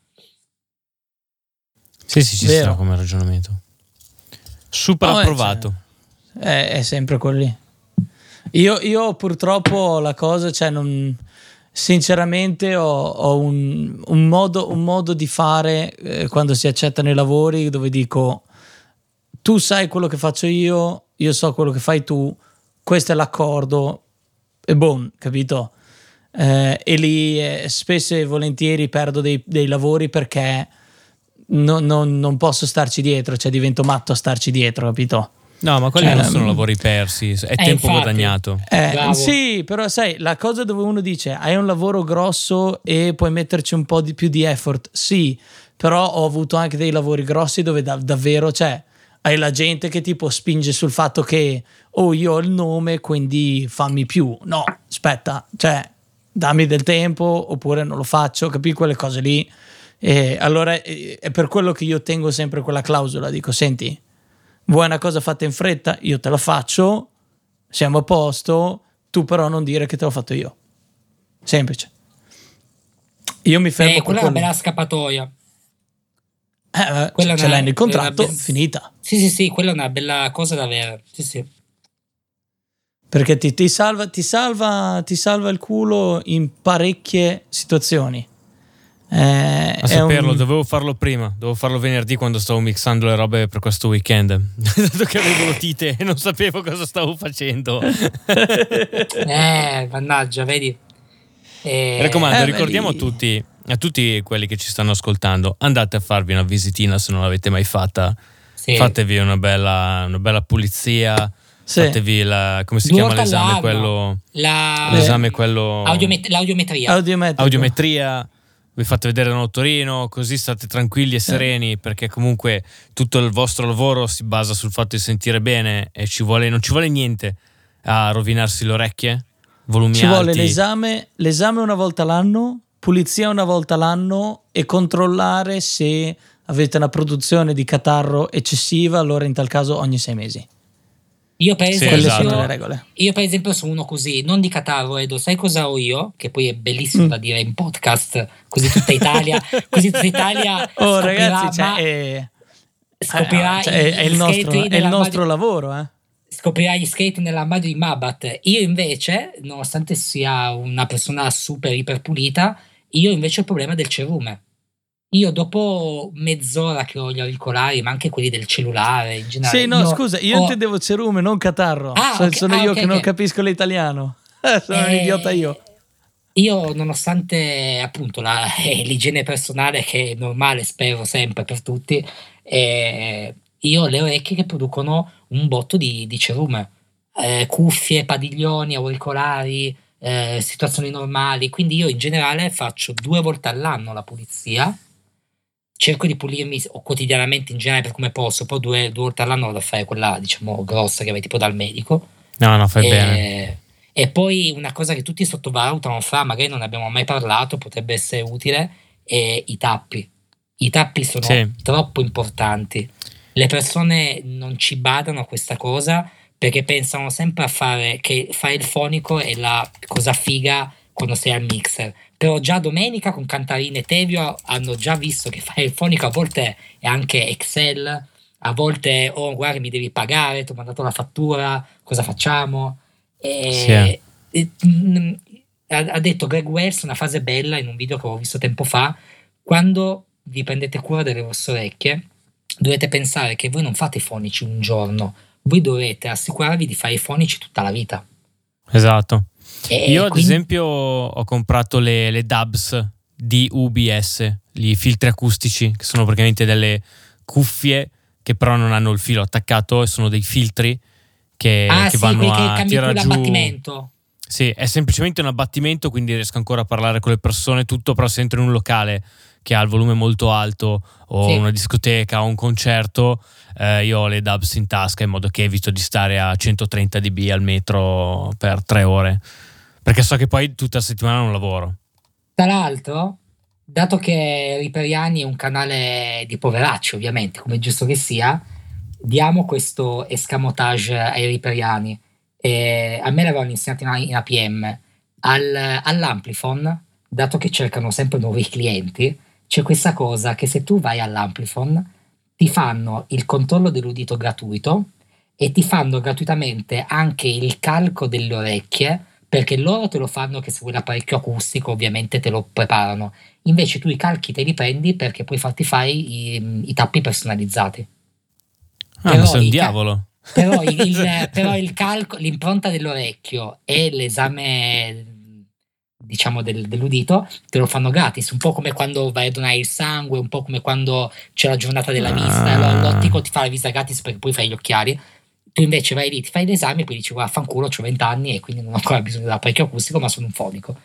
A: Sì, sì, ci
B: Vero.
A: sta come ragionamento. Super
B: No, eh,
A: approvato.
B: È, è sempre quelli. Io, io purtroppo la cosa, cioè non, sinceramente ho, ho un, un, modo, un modo di fare eh, quando si accettano i lavori dove dico tu sai quello che faccio io, io so quello che fai tu, questo è l'accordo e boom, capito? Eh, e lì eh, spesso e volentieri perdo dei, dei lavori perché non, non, non posso starci dietro, cioè divento matto a starci dietro, capito?
A: No, ma quelli
B: Cioè,
A: non sono
B: mm,
A: lavori persi, è
C: Eh,
A: tempo
C: infatti.
A: guadagnato.
B: Eh,
C: Bravo.
B: sì, però sai, la cosa dove uno dice hai un lavoro grosso e puoi metterci un po' di più di effort, sì, però ho avuto anche dei lavori grossi dove da- davvero, cioè, hai la gente che tipo spinge sul fatto che oh io ho il nome quindi fammi più, no, aspetta, cioè dammi del tempo oppure non lo faccio, capi quelle cose lì. E allora eh, è per quello che io tengo sempre quella clausola, dico senti, vuoi una cosa fatta in fretta, io te la faccio, siamo a posto, tu però non dire che te l'ho fatto io. Semplice. Io mi fermo
C: Eh,
B: per
C: quella è una
B: quello.
C: bella scappatoia.
B: Eh,
C: Quella è
B: ce
C: una-
B: l'hai nel
C: è una
B: contratto,
C: be-
B: finita.
C: Sì, sì, sì, quella è una bella cosa da avere. Sì, sì.
B: Perché ti, ti salva, ti, salva, ti salva il culo in parecchie situazioni. Eh,
A: A
B: è
A: saperlo,
B: un-
A: dovevo farlo prima, dovevo farlo venerdì quando stavo mixando le robe per questo weekend. Dato che avevo l'otite e non sapevo cosa stavo facendo.
C: Eh, mannaggia, vedi. Eh,
A: Mi raccomando,
B: Eh, beh,
A: ricordiamo a
B: lì-
A: tutti, a tutti quelli che ci stanno ascoltando, andate a farvi una visitina se non l'avete mai fatta.
C: sì.
A: Fatevi una bella, una bella pulizia.
B: Sì.
A: Fatevi la, come si
C: Due
A: chiama
C: volte
A: l'esame?
C: all'anno.
A: Quello,
C: La-
A: l'esame quello
C: Audiomet- l'audiometria.
B: Audiometrico.
A: audiometria. Vi fate vedere da un ottorino, così state tranquilli e sereni, perché comunque tutto il vostro lavoro si basa sul fatto di sentire bene e ci vuole, non ci vuole niente a rovinarsi le orecchie, volumi
B: Ci vuole
A: alti.
B: l'esame, l'esame una volta l'anno, pulizia una volta l'anno e controllare se avete una produzione di catarro eccessiva, allora in tal caso ogni sei mesi.
C: Io per
A: Sì,
C: esempio,
B: Quelle
A: esatto.
B: sono le regole.
C: io per esempio sono uno così, non di catarro, Edo, sai cosa ho io? Che poi è bellissimo
B: Mm.
C: da dire in podcast, così tutta Italia, così tutta Italia
B: Oh
C: scoprirà,
B: ragazzi, cioè,
C: ma-
B: è,
C: scoprirà
B: eh, cioè, è- è
C: i-
B: il
C: gli
B: nostro,
C: scheletri
B: è il
C: nell'armadio-
B: nostro lavoro, eh.
C: scoprirà gli scheletri nell'armadio di Mabat. Io invece, nonostante sia una persona super iper pulita, io invece ho il problema del cerume. Io dopo mezz'ora che ho gli auricolari, ma anche quelli del cellulare in generale.
B: Sì, no,
C: io
B: scusa, io
C: ho-
B: intendevo cerume, non catarro.
C: Ah,
B: So-
C: ok,
B: sono
C: ah,
B: io
C: ok,
B: che non
C: ok.
B: capisco l'italiano. Eh, sono un
C: Eh,
B: idiota io.
C: Io, nonostante appunto la- l'igiene personale che è normale, spero sempre per tutti, eh, io ho le orecchie che producono un botto di, di cerume. Eh, cuffie, padiglioni, auricolari, eh, situazioni normali. Quindi io in generale faccio due volte all'anno la pulizia. Cerco di pulirmi o quotidianamente in genere per come posso, poi due, due volte all'anno vado a fare quella, diciamo, grossa che vai tipo dal medico.
A: No, no, fai
C: e,
A: bene.
C: e poi una cosa che tutti sottovalutano, fra magari non ne abbiamo mai parlato, potrebbe essere utile, è i tappi. I tappi sono
A: Sì.
C: troppo importanti. Le persone non ci badano a questa cosa perché pensano sempre a fare che fare il fonico è la cosa figa quando sei al mixer. Però già domenica con Cantarina e Tevio hanno già visto che fare il fonico a volte è anche Excel, a volte oh guarda mi devi pagare, ti ho mandato la fattura, cosa facciamo? E,
A: Sì.
C: e, mm, ha, ha detto Greg Wells una frase bella in un video che ho visto tempo fa: quando vi prendete cura delle vostre orecchie dovete pensare che voi non fate i fonici un giorno, voi dovete assicurarvi di fare i fonici tutta la vita.
A: Esatto.
C: E
A: Io ad
C: quindi-
A: esempio ho comprato le, le Dubs di U B S, i filtri acustici, che sono praticamente delle cuffie che però non hanno il filo attaccato e sono dei filtri che,
C: ah
A: che
C: sì,
A: vanno
C: quelli che
A: a
C: cambi tu
A: tirare giù.
C: l'abbattimento.
A: Sì, è semplicemente un abbattimento, quindi riesco ancora a parlare con le persone, tutto, però se entro in un locale che ha il volume molto alto o
C: Sì.
A: una discoteca o un concerto, eh, io ho le Dubs in tasca in modo che evito di stare a centotrenta decibel al metro per tre ore, perché so che poi tutta la settimana non lavoro.
C: Tra l'altro, dato che Riperiani è un canale di poveracci, ovviamente, come è giusto che sia, diamo questo escamotage ai Riperiani. eh, a me l'avevano insegnato in, in A P M, Al, all'Amplifon, dato che cercano sempre nuovi clienti, c'è questa cosa che se tu vai all'Amplifon ti fanno il controllo dell'udito gratuito e ti fanno gratuitamente anche il calco delle orecchie, perché loro te lo fanno che se vuoi l'apparecchio acustico ovviamente te lo preparano, invece tu i calchi te li prendi perché puoi farti fare i, i tappi personalizzati.
A: Ah, però ma sei un diavolo.
C: Però, il, il, però il calco, l'impronta dell'orecchio e l'esame diciamo del, dell'udito te lo fanno gratis, un po' come quando vai a donare il sangue, un po' come quando c'è la giornata della vista, ah. allora l'ottico ti fa la visita gratis perché poi fai gli occhiali. Tu invece vai lì, ti fai l'esame e poi dici guarda, fanculo, ho venti anni e quindi non ho ancora bisogno dell'apparecchio acustico, ma sono un fonico.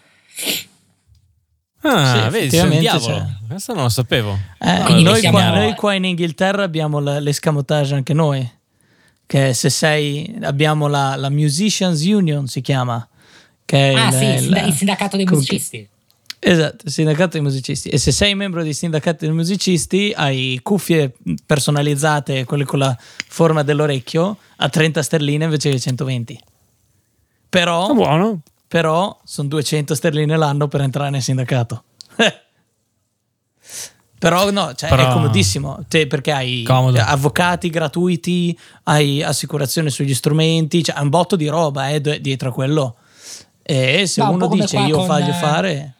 A: Ah, sì, vedi, sei un diavolo. C'è. Questo non lo sapevo.
B: Eh,
A: no,
B: noi, qua, noi qua in Inghilterra abbiamo l'escamotage anche noi, che se sei, abbiamo la, la Musicians Union si chiama. Che
C: ah
B: il,
C: sì, il,
B: il,
C: il sindacato dei musicisti.
B: Esatto, il sindacato dei musicisti. E se sei membro del sindacato dei musicisti hai cuffie personalizzate, quelle con la forma dell'orecchio, a trenta sterline invece che centoventi. Però,
A: buono.
B: però sono duecento sterline l'anno per entrare nel sindacato. Però no, cioè però... è comodissimo, te, perché hai Comodo. avvocati gratuiti, hai assicurazione sugli strumenti, cioè hai un botto di roba eh, dietro a quello. E se no, uno dice io con... voglio fare...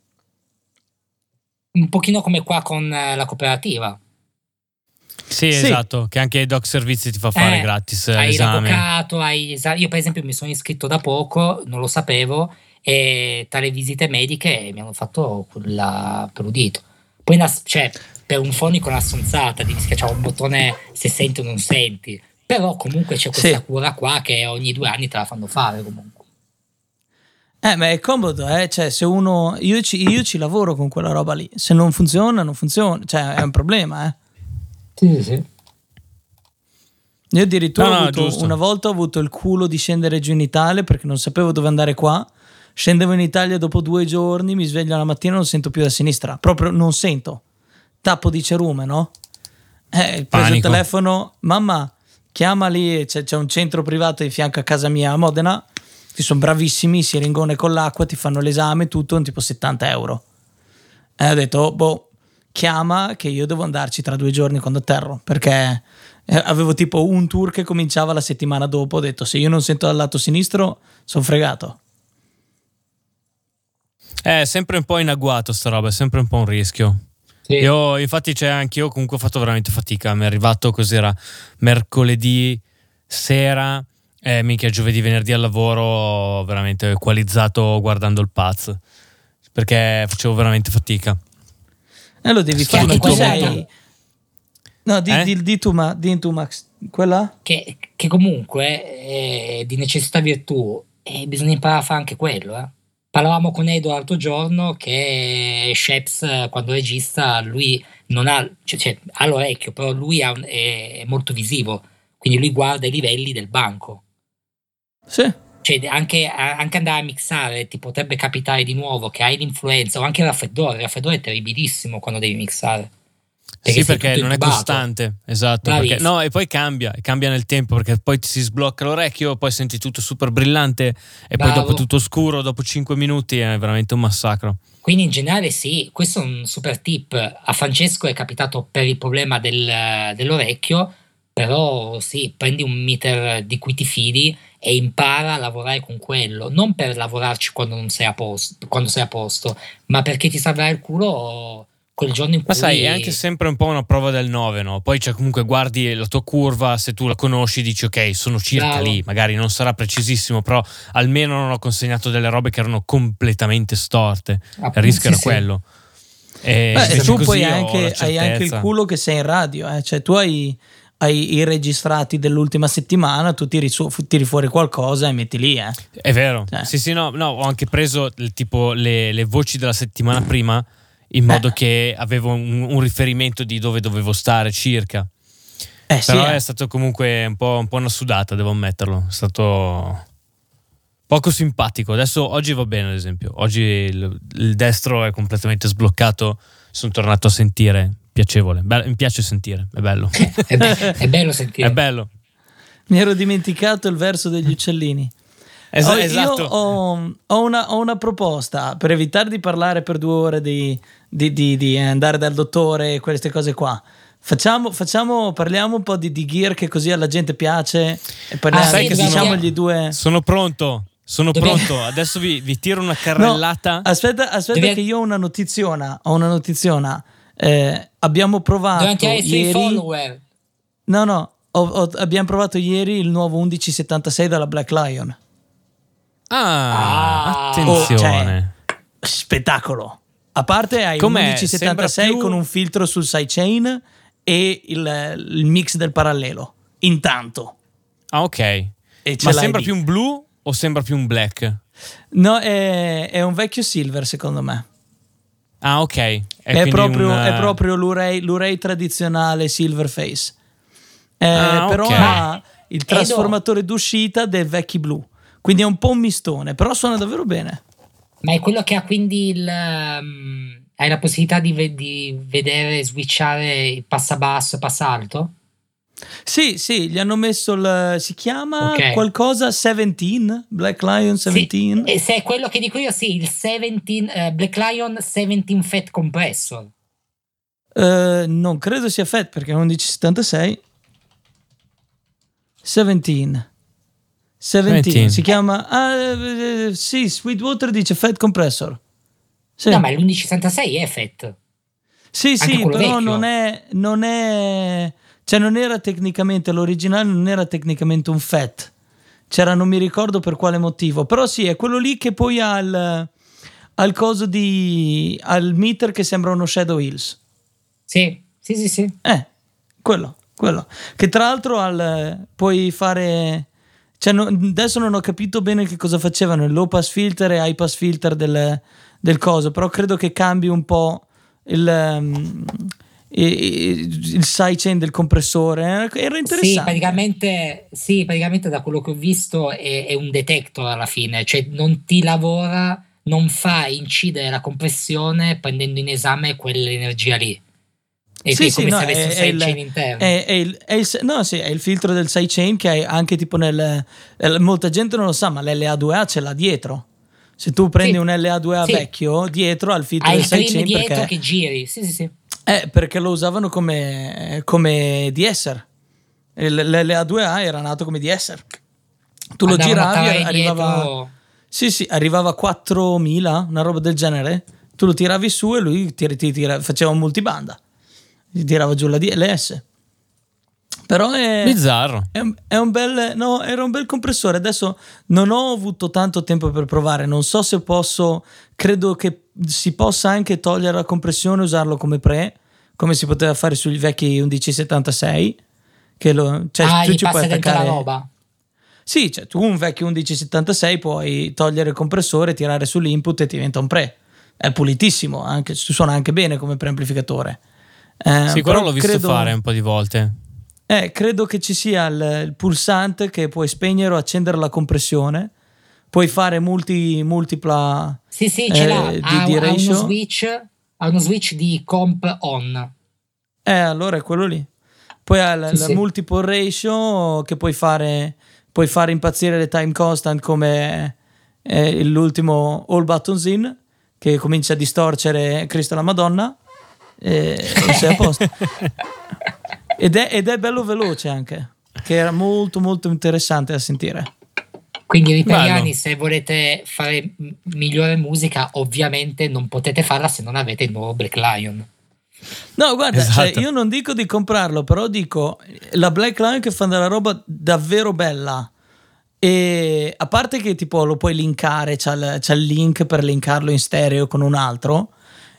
C: Un pochino come qua con la cooperativa.
A: Sì, sì, esatto, che anche Doc Servizi ti fa fare
C: eh,
A: gratis
C: hai
A: l'esame.
C: l'avvocato, hai esami. Io per esempio mi sono iscritto da poco, non lo sapevo, e tra le visite mediche mi hanno fatto quella per l'udito. Poi una, cioè, per un fonico una stronzata, devi schiacciare un bottone se senti o non senti, però comunque c'è questa sì. cura qua che ogni due anni te la fanno fare comunque.
B: Eh, ma è comodo, eh? Cioè, se uno. Io ci, io ci lavoro con quella roba lì. Se non funziona, non funziona. Cioè, è un problema, eh?
C: Sì, sì.
B: Io addirittura
A: no,
B: ho
A: no,
B: avuto,
A: giusto.
B: una volta ho avuto il culo di scendere giù in Italia perché non sapevo dove andare qua. Scendevo in Italia dopo due giorni, mi sveglio la mattina e non sento più da sinistra. Proprio non sento. Tappo di cerume, no? Eh, preso Panico. il telefono. Mamma, chiama lì, c'è, c'è un centro privato di fianco a casa mia a Modena. Che sono bravissimi, siringone con l'acqua, ti fanno l'esame, tutto, tipo settanta euro. E ho detto, oh, boh, chiama che io devo andarci tra due giorni quando atterro, perché avevo tipo un tour che cominciava la settimana dopo, ho detto, se io non sento dal lato sinistro, sono fregato.
A: È sempre un po' in agguato sta roba, è sempre un po' un rischio. Sì. Io, infatti, c'è anche io comunque ho fatto veramente fatica, mi è arrivato cos'era, mercoledì sera... Eh, minchia, giovedì, venerdì al lavoro veramente equalizzato guardando il Paz, perché facevo veramente fatica.
B: E eh, lo devi fare
C: che
B: cos'hai? No, di, eh? di, di, tu, ma, di tu Max, quella?
C: Che, che comunque eh, di necessità virtù eh, bisogna imparare a fare anche quello. Eh. Parlavamo con Edo l'altro giorno che Sheps quando regista lui non ha, cioè, cioè, ha l'orecchio, però lui ha un, è, è molto visivo, quindi lui guarda i livelli del banco.
B: Sì.
C: Cioè anche, anche andare a mixare ti potrebbe capitare di nuovo che hai l'influenza o anche il raffreddore. Il raffreddore è terribilissimo quando devi mixare.
A: Perché sì, perché non intubato. È costante, esatto. Perché, no, e poi cambia, cambia nel tempo perché poi ti si sblocca l'orecchio, poi senti tutto super brillante e Bravo. Poi dopo tutto scuro, dopo cinque minuti è veramente un massacro.
C: Quindi in generale sì, questo è un super tip. A Francesco è capitato per il problema del, dell'orecchio, però sì, prendi un meter di cui ti fidi e impara a lavorare con quello, non per lavorarci quando non sei a posto, quando sei a posto, ma perché ti salverà il culo quel giorno in cui...
A: Ma sai, è anche sempre un po' una prova del nove, no? Poi cioè, comunque guardi la tua curva, se tu la conosci dici ok, sono circa Bravo. Lì, magari non sarà precisissimo, però almeno non ho consegnato delle robe che erano completamente storte. Appunto, il rischio era sì, quello. E
B: Beh, tu poi anche, hai anche il culo che sei in radio, eh? Cioè tu hai... hai i registrati dell'ultima settimana, tu tiri, su, tiri fuori qualcosa e metti lì, eh.
A: È vero. Cioè. Sì, sì, no, no, ho anche preso tipo le, le voci della settimana prima in modo eh. che avevo un, un riferimento di dove dovevo stare circa.
B: Eh,
A: Però
B: sì,
A: è
B: eh.
A: stato comunque un po', un po' una sudata, devo ammetterlo. È stato poco simpatico. Adesso oggi va bene, ad esempio. Oggi il, il destro è completamente sbloccato. Sono tornato a sentire. Piacevole, Be- mi piace sentire, è bello.
C: è, be- è bello sentire.
A: È bello.
B: Mi ero dimenticato il verso degli uccellini.
A: Es-
B: Oh,
A: esatto.
B: Io ho, ho, una, ho una proposta per evitare di parlare per due ore di, di, di, di andare dal dottore e queste cose qua. Facciamo, facciamo, parliamo un po' di, di gear che così alla gente piace e parliamo,
C: Ah, sì,
B: che
C: dobbiamo-
B: diciamogli due.
A: Sono pronto, sono
C: Dobbiamo-
A: pronto. Adesso vi, vi tiro una carrellata.
B: No, aspetta, aspetta
C: Dobbiamo-
B: che io ho una notiziona. Ho una notiziona. Eh, abbiamo provato
C: Dobbiamo tirare sui
B: ieri.
C: follower.
B: No, no, ho- ho- abbiamo provato ieri il nuovo undici settantasei dalla Black Lion.
A: Ah,
C: Ah.
A: attenzione.
B: Spettacolo. A parte hai
A: Com'è?
B: un undici settantasei
A: Sembra più-
B: con un filtro sul sidechain e il, il mix del parallelo. Intanto.
A: Ah, ok.
B: E ce
A: Ma
B: l'hai
A: sembra
B: lì.
A: più un blu o sembra più un black?
B: No, è, è un vecchio silver secondo me.
A: Ah, ok. È,
B: È,
A: quindi
B: proprio,
A: un,
B: è proprio l'Uray, l'Uray tradizionale silver face. Eh,
A: Ah,
B: però
A: ok.
B: ha il trasformatore d'uscita del vecchi blu. Quindi è un po' un mistone, però suona davvero bene.
C: Ma è quello che ha quindi il... um, hai la possibilità di, ve- di vedere, switchare il passabasso e passalto?
B: Sì, sì, gli hanno messo il... si chiama
C: Ok.
B: qualcosa diciassette? Black Lion diciassette?
C: Sì, e se è quello che dico io, sì, il diciassette, eh, Black Lion diciassette Fat Compressor.
B: Eh, non credo sia Fat perché è un undici settantasei. diciassette. diciassette.
A: diciassette.
B: Si chiama... ah, eh, sì, Sweetwater dice Fat Compressor. Sì.
C: No, ma l'undici sessantasei è Fat.
B: Sì,
C: Anche
B: sì,
C: quello
B: però
C: vecchio.
B: non è, non è, cioè non era tecnicamente, l'originale non era tecnicamente un Fat, c'era, non mi ricordo per quale motivo, però sì, è quello lì che poi ha il, ha il coso di, ha il meter che sembra uno Shadow Hills,
C: Sì, sì, sì, sì.
B: eh, quello, quello, che tra l'altro al, puoi fare, cioè no- adesso non ho capito bene che cosa facevano, il low pass filter e high pass filter del, del coso, però credo che cambi un po' il, um, il, il sidechain del compressore. Era interessante.
C: Sì, praticamente, sì, praticamente da quello che ho visto è, è un detector alla fine, cioè non ti lavora, non fa incidere la compressione prendendo in esame quell'energia lì. E
B: Sì,
C: è
B: sì,
C: come
B: no,
C: se avesse
B: è-
C: un
B: è
C: sidechain
B: il-
C: interno.
B: È, è il, è il- no, sì, è il filtro del sidechain che hai anche tipo nel, eh, molta gente non lo sa, ma l'L A due A ce l'ha dietro. Se tu prendi
C: Sì.
B: un L A due A
C: Sì.
B: vecchio, dietro al filtro
C: Hai
B: del
C: il trim
B: sidechain
C: dietro
B: perché,
C: che giri, sì, sì, sì.
B: eh, perché lo usavano come, come D-Esser. L'L A due A era nato come D-Esser. Tu lo
C: Andavano a
B: giravi,
C: tirare
B: arrivava...
C: dietro-
B: Sì, sì, arrivava a quattromila, una roba del genere. Tu lo tiravi su e lui ti, ti, tira- faceva un multibanda. Ti tirava giù la D L S. Però è,
A: Bizzarro.
B: è, un- è un bel... No, era un bel compressore. Adesso non ho avuto tanto tempo per provare. Non so se posso... Credo che si possa anche togliere la compressione e usarlo come pre, come si poteva fare sugli vecchi undici settantasei. Che lo, cioè,
C: ah,
B: tu
C: gli
B: ci
C: passa
B: puoi
C: dentro la
B: attaccare...
C: roba.
B: Sì, cioè tu un vecchio undici settantasei puoi togliere il compressore, tirare sull'input e ti diventa un pre. È pulitissimo, anche, suona anche bene come preamplificatore. Eh,
A: Sì,
B: però
A: quello l'ho visto
B: credo,
A: fare un po' di volte.
B: eh, credo che ci sia il, il pulsante che puoi spegnere o accendere la compressione. Puoi fare multi, multipla
C: Sì, sì, ce
B: eh,
C: l'ha.
B: di,
C: Ha,
B: di
C: ha uno
B: ratio.
C: switch, ha uno switch di comp on.
B: Eh, allora è quello lì. Poi ha il,
C: Sì,
B: il
C: sì.
B: multiple ratio che puoi fare, puoi fare impazzire le time constant come eh, l'ultimo All Buttons In che comincia a distorcere Cristo la Madonna e, e sei a posto. ed, è, ed è bello veloce anche, che era molto molto interessante da sentire.
C: Quindi ripariani,
A: Bello.
C: se volete fare m- migliore musica, ovviamente non potete farla se non avete il nuovo Black Lion.
B: No, guarda,
A: Esatto.
B: cioè, io non dico di comprarlo, però dico la Black Lion che fa della roba davvero bella. E a parte che tipo lo puoi linkare, c'ha il, c'ha il link per linkarlo in stereo con un altro,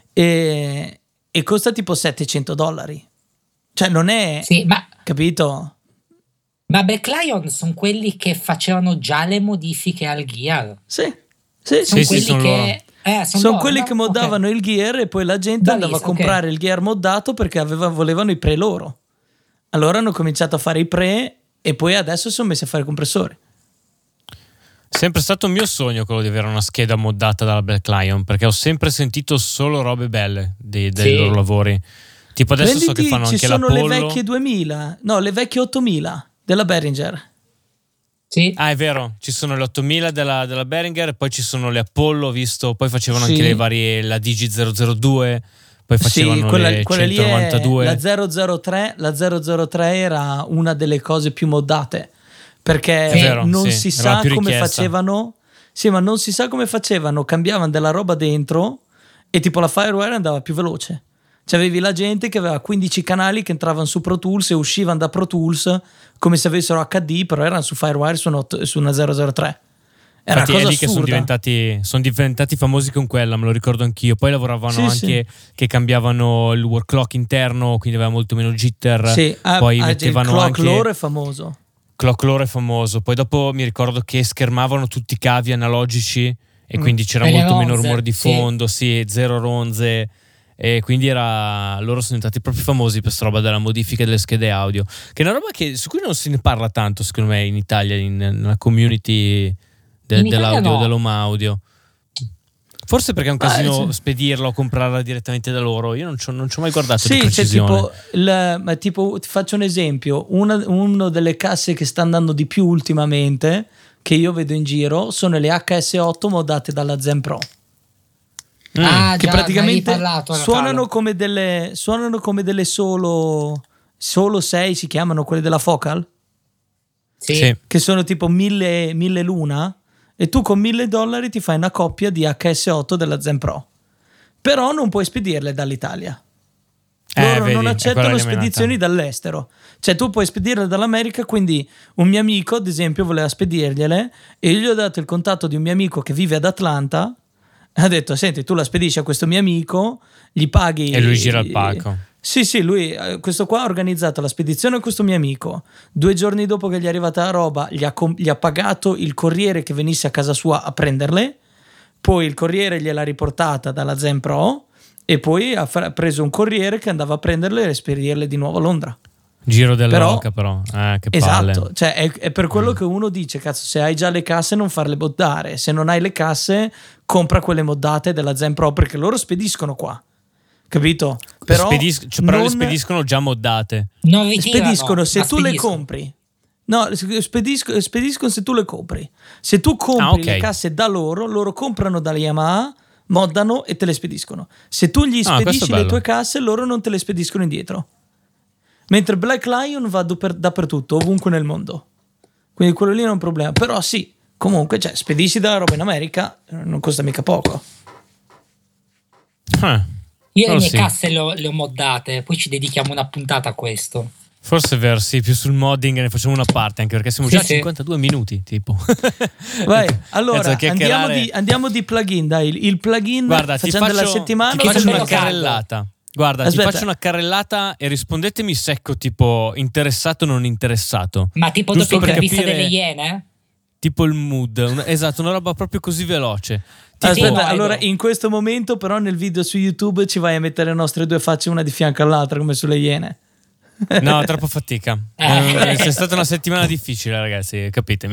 B: e, e costa tipo settecento dollari. Cioè, non è,
C: Sì, ma,
B: capito?
C: ma Black Lion sono quelli che facevano già le modifiche al gear.
B: Sì, sì,
C: Sono
A: Sì, sì,
C: quelli
A: sono
C: che.
A: loro.
C: Eh,
B: sono
C: loro,
B: quelli
C: no?
B: che moddavano
C: Ok.
B: il gear e poi la gente
C: Bravissimo,
B: andava a
C: ok.
B: comprare il gear moddato perché aveva- volevano i pre loro. Allora hanno cominciato a fare i pre e poi adesso sono messi a fare i compressori.
A: Sempre stato un mio sogno quello di avere una scheda moddata dalla Black Lion, perché ho sempre sentito solo robe belle dei, dei
C: Sì.
A: loro lavori. Tipo adesso so che
B: Prenditi,
A: fanno
B: ci
A: anche
B: sono
A: l'Apollo.
B: le vecchie duemila, no, le vecchie ottomila della Behringer.
C: Sì.
A: Ah, è vero, ci sono le ottomila della, della Behringer, poi ci sono le Apollo, visto, poi facevano
B: Sì.
A: anche le varie, la D G zero zero due, poi facevano
B: sì, quella,
A: le
B: quella lì è
A: centonovantadue.
B: la zero zero tre, la zero zero tre era una delle cose più moddate, perché
A: È vero,
B: non
A: sì,
B: si
A: era la
B: sa
A: più
B: come
A: richiesta.
B: facevano, sì, ma non si sa come facevano, cambiavano della roba dentro e tipo la Firewire andava più veloce. Cioè avevi la gente che aveva quindici canali che entravano su Pro Tools e uscivano da Pro Tools come se avessero H D, però erano su Firewire su, una, su una zero zero tre. Era
A: Infatti
B: una cosa
A: è lì che sono
B: assurda.
A: diventati, sono diventati famosi con quella, me lo ricordo anch'io. Poi lavoravano
B: Sì,
A: anche che cambiavano il work clock interno, quindi aveva molto meno jitter.
B: Sì, ah,
A: Poi
B: ah,
A: mettevano
B: il clock
A: anche
B: loro è famoso.
A: Clock lore è famoso. Poi dopo mi ricordo che schermavano tutti i cavi analogici e
B: Mm.
A: quindi c'era
C: Per le
A: molto meno
C: ronze,
A: rumore di
C: sì.
A: fondo, sì, zero ronze. E quindi era, loro sono diventati proprio famosi per sta roba della modifica delle schede audio, che è una roba che, su cui non se ne parla tanto secondo me in Italia, in, nella community de-
C: In Italia
A: dell'audio,
C: no.
A: dell'home audio. Forse perché è un
B: Ah,
A: casino
B: sì.
A: spedirla o comprarla direttamente da loro. Io non ci ho non ci ho mai guardato di
B: Sì, c'è
A: precisione.
B: tipo, il, ma tipo, ti faccio un esempio, una, una delle casse che sta andando di più ultimamente, che io vedo in giro, sono le H S otto moddate dalla Zen Pro,
A: Mm.
C: Ah,
B: che
C: già,
B: praticamente
C: ne avevi parlato,
B: suonano
C: Natale.
B: come delle, suonano come delle solo, solo sei, si chiamano quelle della Focal,
C: Sì.
A: Sì.
B: che sono tipo mille, mille l'una, e tu con mille dollari ti fai una coppia di H S otto della Zen Pro, però non puoi spedirle dall'Italia.
A: Eh,
B: Loro
A: vedi,
B: non
A: è
B: accettano
A: quella eliminata.
B: spedizioni dall'estero, cioè tu puoi spedirle dall'America. Quindi un mio amico ad esempio voleva spedirgliele e io gli ho dato il contatto di un mio amico che vive ad Atlanta, ha detto senti tu la spedisci a questo mio amico, gli paghi
A: E lui gira il pacco.
B: Sì sì, lui, eh, questo qua ha organizzato la spedizione a questo mio amico, due giorni dopo che gli è arrivata la roba gli ha, com- gli ha pagato il corriere che venisse a casa sua a prenderle, poi il corriere gliel'ha riportata dalla Zen Pro e poi ha fa- preso un corriere che andava a prenderle e spedirle di nuovo a Londra.
A: Giro della
B: Però-
A: Roca però. Eh, che palle.
B: Esatto, cioè è, è per quello
A: Mm.
B: che uno dice cazzo, se hai già le casse non farle moddare, se non hai le casse compra quelle moddate della Zen Pro, perché loro spediscono qua, capito? Però,
A: Spedis- cioè, però le
B: non-
A: spediscono già moddate.
C: Non ritirano,
B: spediscono se
C: ma
B: tu le
C: spediscono.
B: compri. No, spedisco- spediscono se tu le compri. Se tu compri
A: Ah, ok.
B: le casse da loro, loro comprano dalla Yamaha, moddano e te le spediscono. Se tu gli
A: Ah, questo è
B: spedisci le
A: bello.
B: tue casse, loro non te le spediscono indietro. Mentre Black Lion va doper- dappertutto, ovunque nel mondo. Quindi quello lì non è un problema. Però sì, comunque, cioè, spedisci della roba in America, eh, non costa mica poco.
A: Ah,
C: Io
A: però
C: le mie
A: sì.
C: casse le ho, le ho moddate, poi ci dedichiamo una puntata a questo.
A: Forse è vero, sì, più sul modding ne facciamo una parte, anche perché siamo
C: Sì,
A: già a
C: sì.
A: cinquantadue minuti, tipo.
B: Vai,
A: Mezzo
B: allora
A: a
B: andiamo
A: chiacchierare.
B: di, andiamo di plugin, dai. Il, il plugin
A: Guarda, ti
B: facciamo
A: faccio,
B: della settimana.
A: ti
B: o
A: faccio
C: facciamo
A: una
C: bello caldo?
A: carrellata. Guarda,
B: Aspetta.
A: ti faccio una carrellata e rispondetemi secco, tipo interessato o non interessato.
C: Ma tipo
A: Giusto
C: dopo
A: per
C: l'intervista
A: capire-
C: delle Iene?
A: Tipo il mood, un- esatto, una roba proprio così veloce. Tipo,
B: Aspetta,
C: Sì,
B: allora
C: Edo.
B: in questo momento però nel video su YouTube ci vai a mettere le nostre due facce una di fianco all'altra come sulle Iene.
A: no, troppo fatica.
C: Eh.
A: Eh, È stata una settimana difficile, ragazzi, capitemi.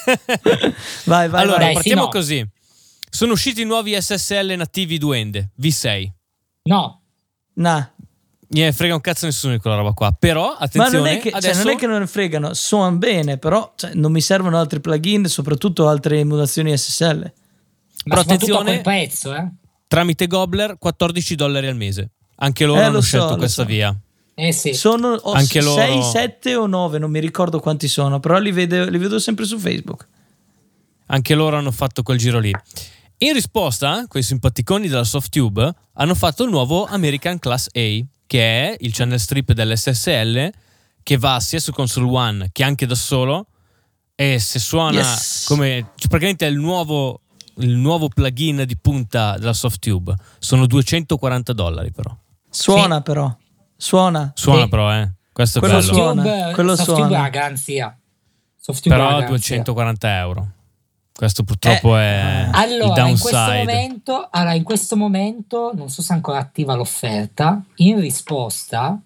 B: Vai, vai,
A: allora,
B: vai.
C: Dai,
A: partiamo
C: sì, no.
A: così. Sono usciti i nuovi S S L nativi Duende V sei.
C: No.
B: Nah.
A: Ne frega un cazzo nessuno di quella roba qua. Però,
B: Ma
A: attenzione,
B: non è, che,
A: adesso...
B: cioè, non è che non ne fregano, suonano bene, però cioè, non mi servono altri plugin, soprattutto altre emulazioni S S L.
C: Ma
A: Però
C: soprattutto a
A: attenzione-
C: quel prezzo, eh?
A: tramite Gobbler quattordici dollari al mese. Anche loro
B: Eh,
A: hanno
B: lo so,
A: scelto
B: lo
A: questa
B: so.
A: via.
C: Eh sì.
B: Sono o
A: Anche loro-
B: sei, sette o nove, non mi ricordo quanti sono, però li vedo, li vedo sempre su Facebook.
A: Anche loro hanno fatto quel giro lì. In risposta, quei simpaticoni della Softube hanno fatto il nuovo American Class A, che è il channel strip dell'S S L che va sia su Console One che anche da solo, e se suona
B: Yes.
A: come, cioè praticamente è il nuovo, il nuovo plugin di punta della Softube. Sono duecentoquaranta dollari però.
B: Suona
C: Sì.
B: però, suona.
A: Suona
C: Sì.
A: però, eh. Questo è
B: Quello
A: bello.
B: suona.
C: Softube,
B: quello
C: Softube
B: suona.
C: ha la garanzia. Softube ha la
A: Però
C: garanzia.
A: duecentoquaranta euro. Questo purtroppo
B: Eh,
A: è il
C: Allora in, questo
A: downside.
C: momento, allora, in questo momento, non so se è ancora attiva l'offerta, in risposta,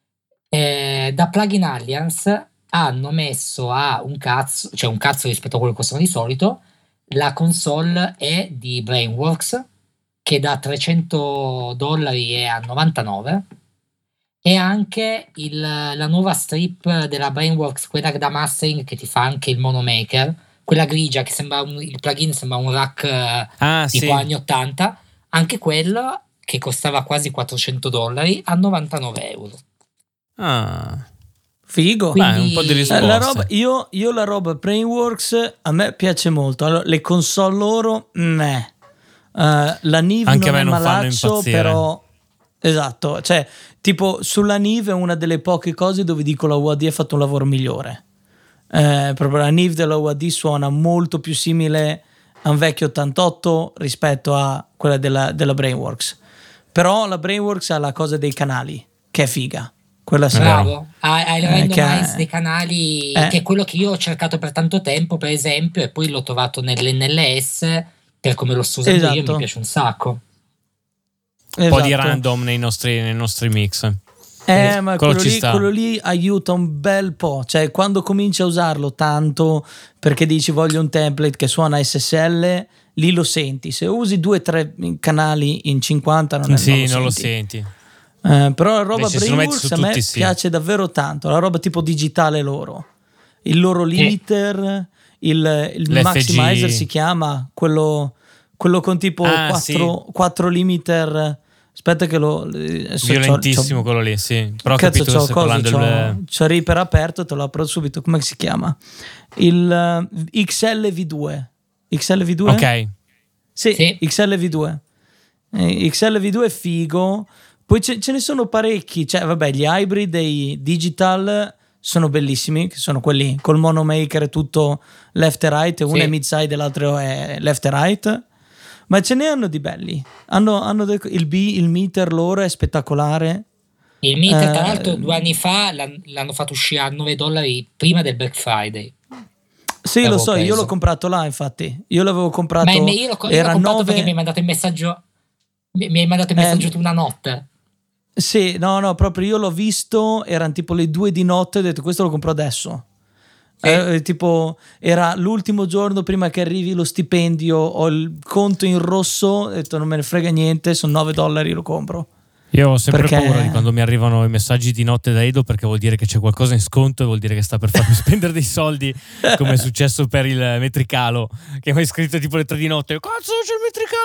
C: eh, da Plugin Alliance hanno messo a un cazzo, cioè un cazzo rispetto a quello che costano di solito, la console è di Brainworks, che da trecento dollari è a novantanove, e anche il, la nuova strip della Brainworks, quella da mastering che ti fa anche il Mono Maker, quella grigia che sembra un, il plugin sembra un rack eh,
A: Ah,
C: tipo
A: sì.
C: anni ottanta, anche quello che costava quasi quattrocento dollari a novantanove euro.
A: Ah,
B: Figo.
C: Quindi-
A: Beh, un po' di
B: Eh,
A: risposte.
B: la roba, io, io la roba Brainworks a me piace molto. Allora, le console loro, meh. Eh, la Nive
A: Anche
B: non
A: a me
B: è
A: non fanno
B: malaccio,
A: impazzire.
B: però esatto, cioè tipo sulla Nive è una delle poche cose dove dico la U A D ha fatto un lavoro migliore. Eh, proprio la Nive della U A D suona molto più simile a un vecchio ottantotto rispetto a quella della, della Brainworks. Però la Brainworks ha la cosa dei canali, che è figa. Quella sì.
A: vero.
C: Bravo, hai, hai il
B: Eh,
C: randomize
B: che-
C: dei canali,
B: eh.
C: che è quello che io ho cercato per tanto tempo, per esempio, e poi l'ho trovato nell'N L S, per come lo sto usando io,
B: Esatto.
C: mi piace un sacco.
A: Un po' di
B: Esatto.
A: random nei nostri, nei nostri mix.
B: Eh, ma
A: Quello
B: quello
A: ci
B: lì,
A: sta.
B: quello lì aiuta un bel po'. Cioè, quando cominci a usarlo tanto perché dici voglio un template che suona S S L, lì lo senti. Se usi due o tre canali in cinquanta, non, è,
A: Sì,
B: non lo
A: non lo
B: senti.
A: senti.
B: Eh, però la roba
A: Invece se lo metti
B: Brainworks
A: su
B: a me
A: tutti, sì.
B: piace davvero tanto. La roba tipo digitale loro. Il loro limiter, il, il
A: L'F G.
B: maximizer si chiama, quello, quello con tipo
A: Ah,
B: quattro, quattro limiter. Aspetta che lo... adesso c'ho-
A: Violentissimo
B: c'ho-
A: quello lì, sì. Però ho
B: Cazzo,
A: capito che
B: c'ho,
A: stai
B: cosa,
A: parlando
B: c'ho,
A: del...
B: c'ho Reaper aperto, te lo apro subito. Come si chiama? Il uh, X L V due. X L V due?
A: Ok.
B: Sì,
C: Sì.
B: X L V due. Eh, X L V due è figo. Poi ce, ce ne sono parecchi. Cioè, vabbè, gli hybrid e i digital sono bellissimi, che sono quelli col mono maker e tutto left e right. Uno
C: Sì.
B: è mid-side e l'altro è left e right. Ma ce ne hanno di belli. Hanno, hanno del- il, B, il meter loro è spettacolare.
C: Il meter, tra
B: Eh,
C: l'altro, due anni fa l'han- l'hanno fatto uscire a nove dollari prima del Black Friday.
B: Sì, lo
C: L'avevo
B: so, io
C: preso.
B: l'ho comprato là, infatti. Io l'avevo comprato.
C: Ma io l'ho, io l'ho
B: era
C: comprato
B: nove...
C: perché mi hai mandato il messaggio. Mi, mi hai mandato il
B: Eh,
C: messaggio tu una notte.
B: Sì, no, no, proprio io l'ho visto, erano tipo le due di notte, ho detto questo lo compro adesso.
C: Sì.
B: Eh, tipo, era l'ultimo giorno prima che arrivi lo stipendio, ho il conto in rosso, ho detto non me ne frega niente, sono nove dollari, lo compro.
A: Io ho sempre
B: Perché-
A: paura di quando mi arrivano i messaggi di notte da Edo, perché vuol dire che c'è qualcosa in sconto e vuol dire che sta per farmi spendere dei soldi, come è successo per il metricalo, che mi hai scritto tipo le tre di notte. Cazzo, c'è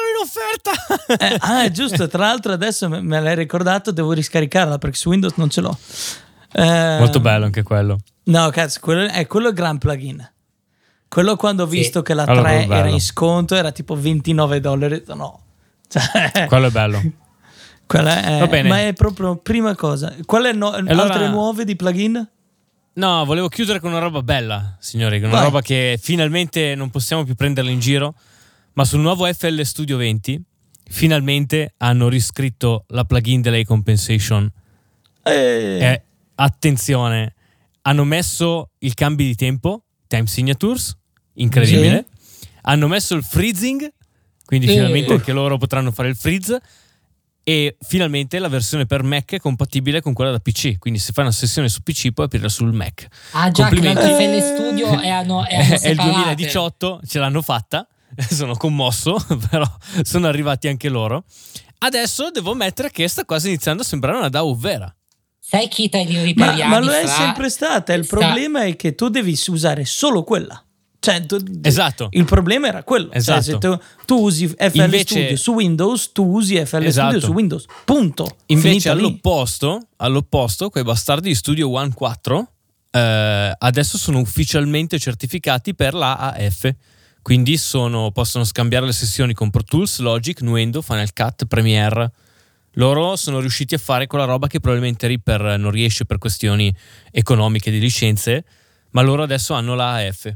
A: il metricalo in offerta!
B: Eh, ah, è giusto, tra l'altro adesso me, me l'hai ricordato, devo riscaricarla perché su Windows non ce l'ho. Eh,
A: Molto bello anche quello.
B: No, cazzo, quello è quello è il gran plugin. Quello quando ho
C: Sì.
B: visto che la
A: Allora,
B: tre
A: quello è
B: era
A: bello.
B: in sconto era tipo ventinove dollari, ho detto no. Cioè,
A: Quello è bello.
B: quella è,
A: Va bene.
B: ma è proprio prima cosa. Qual è no-
A: allora-
B: altre nuove di plugin?
A: No, volevo chiudere con una roba bella, signori, con una
B: Vai.
A: roba che finalmente non possiamo più prenderla in giro, ma sul nuovo F L Studio venti finalmente hanno riscritto la plugin delay compensation.
B: Eh,
A: E attenzione, hanno messo il cambio di tempo, time signatures, incredibile. Hanno messo il freezing, quindi
C: Eh.
A: finalmente anche loro potranno fare il freeze. E finalmente la versione per Mac è compatibile con quella da P C, quindi se fai una sessione su P C puoi aprirla sul Mac.
C: Ah già, che
A: Complimenti.
C: l'altro F L Studio e hanno, e hanno
A: È il
C: separate.
A: duemiladiciotto, ce l'hanno fatta, sono commosso, però sono arrivati anche loro. Adesso devo ammettere che sta quasi iniziando a sembrare una D A W vera.
C: Sai chi tra i
B: ma,
C: riperiani
B: ma lo è
C: fra-
B: sempre stata. Il
C: sta-
B: problema è che tu devi usare solo quella. Cioè, tu-
A: Esatto.
B: Il problema era quello. Cioè,
A: Esatto.
B: se tu, tu usi F L
A: Invece-
B: Studio su Windows, tu usi F L
A: Esatto.
B: Studio su Windows. Punto.
A: Invece
B: Finita lì.
A: all'opposto, all'opposto, quei bastardi di Studio One quattro eh, adesso sono ufficialmente certificati per la A F. Quindi sono, possono scambiare le sessioni con Pro Tools, Logic, Nuendo, Final Cut, Premiere. Loro sono riusciti a fare quella roba che probabilmente Reaper non riesce per questioni economiche di licenze, ma loro adesso hanno la A F.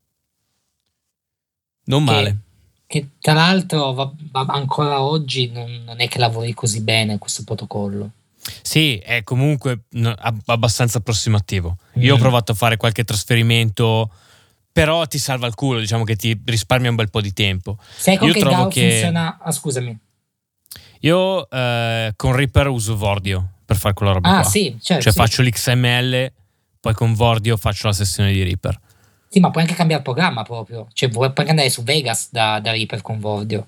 A: Non
C: che-
A: male.
C: Che tra l'altro va- va- ancora oggi non, non è che lavori così bene questo protocollo.
A: Sì, è comunque no, ab- abbastanza approssimativo. Io ho
C: Mm.
A: provato a fare qualche trasferimento, però ti salva il culo, diciamo che ti risparmia un bel po' di tempo.
C: Sai con
A: Io
C: che
A: trovo
C: D A W
A: che-
C: funziona? Ah, scusami.
A: Io eh, con Reaper uso Vordio per fare quella roba
C: Ah,
A: qua.
C: sì, certo.
A: Cioè
C: sì.
A: faccio l'X M L, poi con Vordio faccio la sessione di Reaper.
C: Sì, ma puoi anche cambiare programma proprio. Cioè, vuoi puoi andare su Vegas da, da Reaper con Vordio.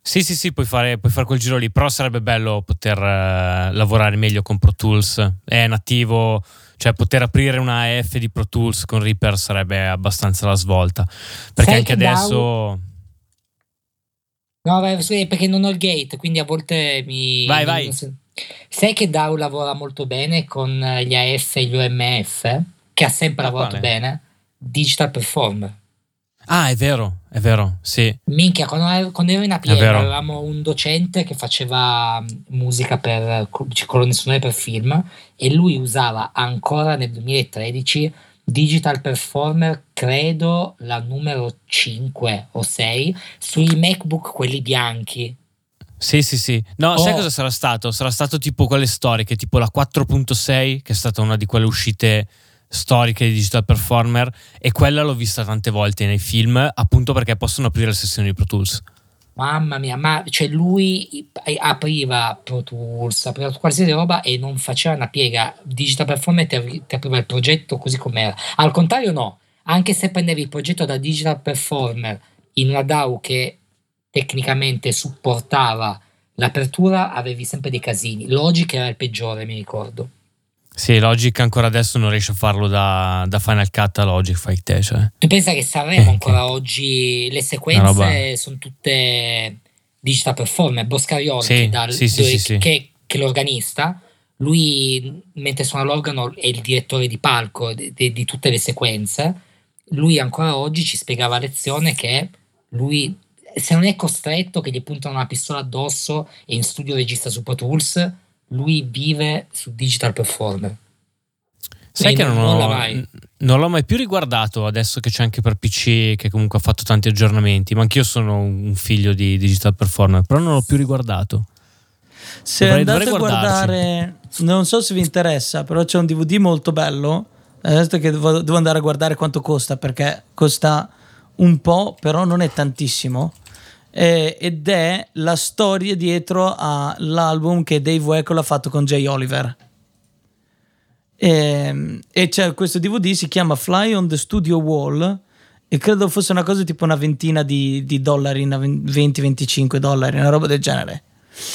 A: Sì, sì, sì, puoi fare, puoi fare quel giro lì, però sarebbe bello poter eh, lavorare meglio con Pro Tools. È nativo, cioè poter aprire una A F di Pro Tools con Reaper sarebbe abbastanza la svolta. Perché
C: Sai
A: anche
C: che
A: adesso...
C: D A W No, vai, sì, perché non ho il gate, quindi a volte mi...
A: Vai,
C: non-
A: vai.
C: non so- Sai che D A W lavora molto bene con gli A F e gli O M F, che ha sempre
A: Ah,
C: lavorato
A: quale?
C: bene? Digital Performer.
A: Ah, è vero, è vero, sì,
C: Minchia, quando, ero- quando ero in
A: è
C: A P M
A: vero.
C: avevamo un docente che faceva mm, musica per co- cioè, colonne sonore per film e lui usava ancora nel duemilatredici Digital Performer, credo la numero cinque o sei, sui MacBook quelli bianchi.
A: Sì, sì, sì. No, sai
C: Oh,
A: cosa sarà stato? Sarà stato tipo quelle storiche, tipo la quattro punto sei, che è stata una di quelle uscite storiche di Digital Performer, e quella l'ho vista tante volte nei film, appunto perché possono aprire le sessioni di Pro Tools.
C: mamma mia, ma cioè lui i- apriva Pro Tools, apriva qualsiasi roba e non faceva una piega. Digital Performer ti, apri- ti apriva il progetto così com'era. Al contrario, no, anche se prendevi il progetto da Digital Performer in una D A W che tecnicamente supportava l'apertura, avevi sempre dei casini. Logic era il peggiore, mi ricordo.
A: Sì, Logic ancora adesso non riesce a farlo da, da Final Cut a Logic, fai te, cioè.
C: Tu pensa che Sanremo
A: Eh, che-
C: ancora oggi le
A: Una roba...
C: sequenze sono tutte Digital Performer, Boscariol che,
A: Sì,
C: dal-
A: sì, sì, sì,
C: dove-
A: sì.
C: che- che è l'organista, lui mentre suona l'organo è il direttore di palco de- de- di tutte le sequenze, lui ancora oggi ci spiegava a lezione che lui se non è costretto che gli puntano una pistola addosso e in studio registra su Pro Tools, lui vive su Digital Performer.
A: Sai
C: E
A: che
C: non,
A: non,
C: non la
A: ho-
C: mai.
A: non l'ho mai più riguardato adesso che c'è anche per P C, che comunque ha fatto tanti aggiornamenti, ma anch'io sono un figlio di Digital Performer, però non l'ho più riguardato.
B: Se
A: Dovrei-
B: andate
A: dovrei
B: a
A: guardarci.
B: guardare, non so se vi interessa, però c'è un D V D molto bello. Adesso che devo, devo andare a guardare quanto costa, perché costa un po', però non è tantissimo. Eh, ed è la storia dietro all'album che Dave Weckl ha fatto con Jay Oliver. E, e c'è questo D V D, si chiama Fly on the Studio Wall, e credo fosse una cosa tipo una ventina di, di dollari, una venti venticinque dollari, una roba del genere.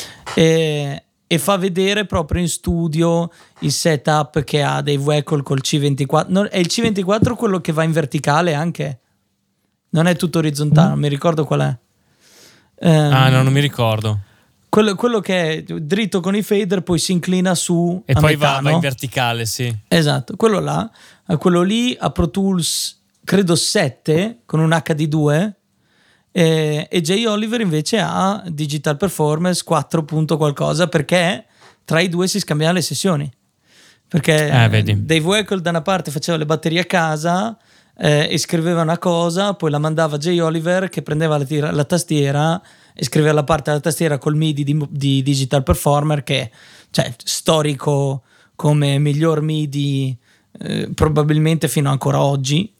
B: E, e fa vedere proprio in studio il setup che ha Dave Weckl col C ventiquattro. Non, è il C ventiquattro quello che va in verticale anche? Non è tutto orizzontale, non mi ricordo qual è. Ehm,
A: Ah, no, non mi ricordo.
B: quello, quello che è dritto con i fader, poi si inclina su
A: E
B: a
A: poi
B: metà,
A: va, va
B: no?
A: in verticale, sì.
B: Esatto, quello là, a quello lì a Pro Tools credo sette con un H D due, e, e Jay Oliver invece ha Digital Performance quattro punto qualcosa, perché tra i due si scambiavano le sessioni, perché
A: Eh, vedi.
B: Dave Weckl da una parte faceva le batterie a casa, eh, e scriveva una cosa, poi la mandava a Jay Oliver che prendeva la, tira- la tastiera e scriveva la parte della tastiera col MIDI di, di Digital Performer, che cioè storico come miglior MIDI, eh, probabilmente fino ancora oggi,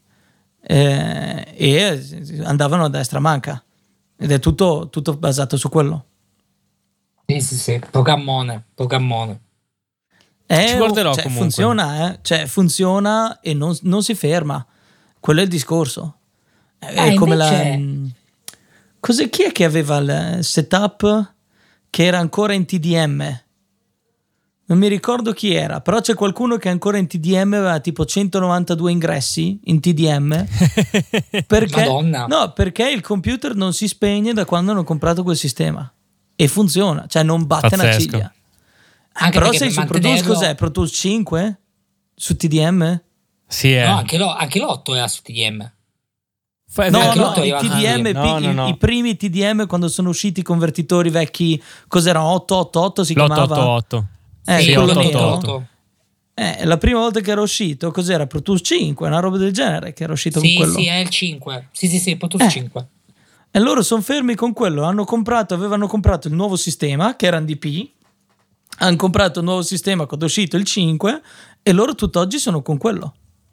B: eh, e andavano a destra manca, ed è tutto, tutto basato su quello.
C: Sì, sì, sì, programmone, programmone.
B: È,
A: Ci guarderò
B: cioè,
A: comunque.
B: funziona, eh? Cioè, funziona e non, non si ferma. Quello è il discorso. È
C: Ah,
B: come
C: invece-
B: la. mh, Cos'è, chi è che aveva il setup che era ancora in T D M? Non mi ricordo chi era, però c'è qualcuno che ancora in T D M aveva tipo centonovantadue ingressi in T D M. Perché?
C: Madonna.
B: No, perché il computer non si spegne da quando hanno comprato quel sistema. E funziona, cioè non batte una
A: Pazzesco.
B: ciglia.
C: Anche
B: Però
C: perché
B: sei
C: per
B: su Pro Tools,
C: mantenerlo-
B: cos'è? Pro Tools cinque? Su T D M?
A: Sì, eh.
C: No, anche, lo- anche l'otto era su T D M.
A: Fa-
B: No,
C: anche
B: no,
C: l'otto
B: i
C: arriva
B: T D M,
C: così.
A: No,
B: pi-
A: no,
B: i-
A: no.
B: i primi T D M quando sono usciti i convertitori vecchi, cos'erano? otto otto otto si chiamava?
A: l'otto otto otto.
B: Eh,
A: Sì,
B: quello
A: otto
B: nero.
A: otto otto.
B: Eh, la prima volta che era uscito, cos'era? Pro Tools cinque, una roba del genere che era uscito
C: Sì,
B: con quello.
C: sì, è il cinque. Sì, sì, sì, Pro Tools
B: Eh.
C: cinque.
B: E loro sono fermi con quello, hanno comprato, avevano comprato il nuovo sistema che era N D P, hanno comprato il nuovo sistema quando è uscito il cinque e loro tutt'oggi sono con quello.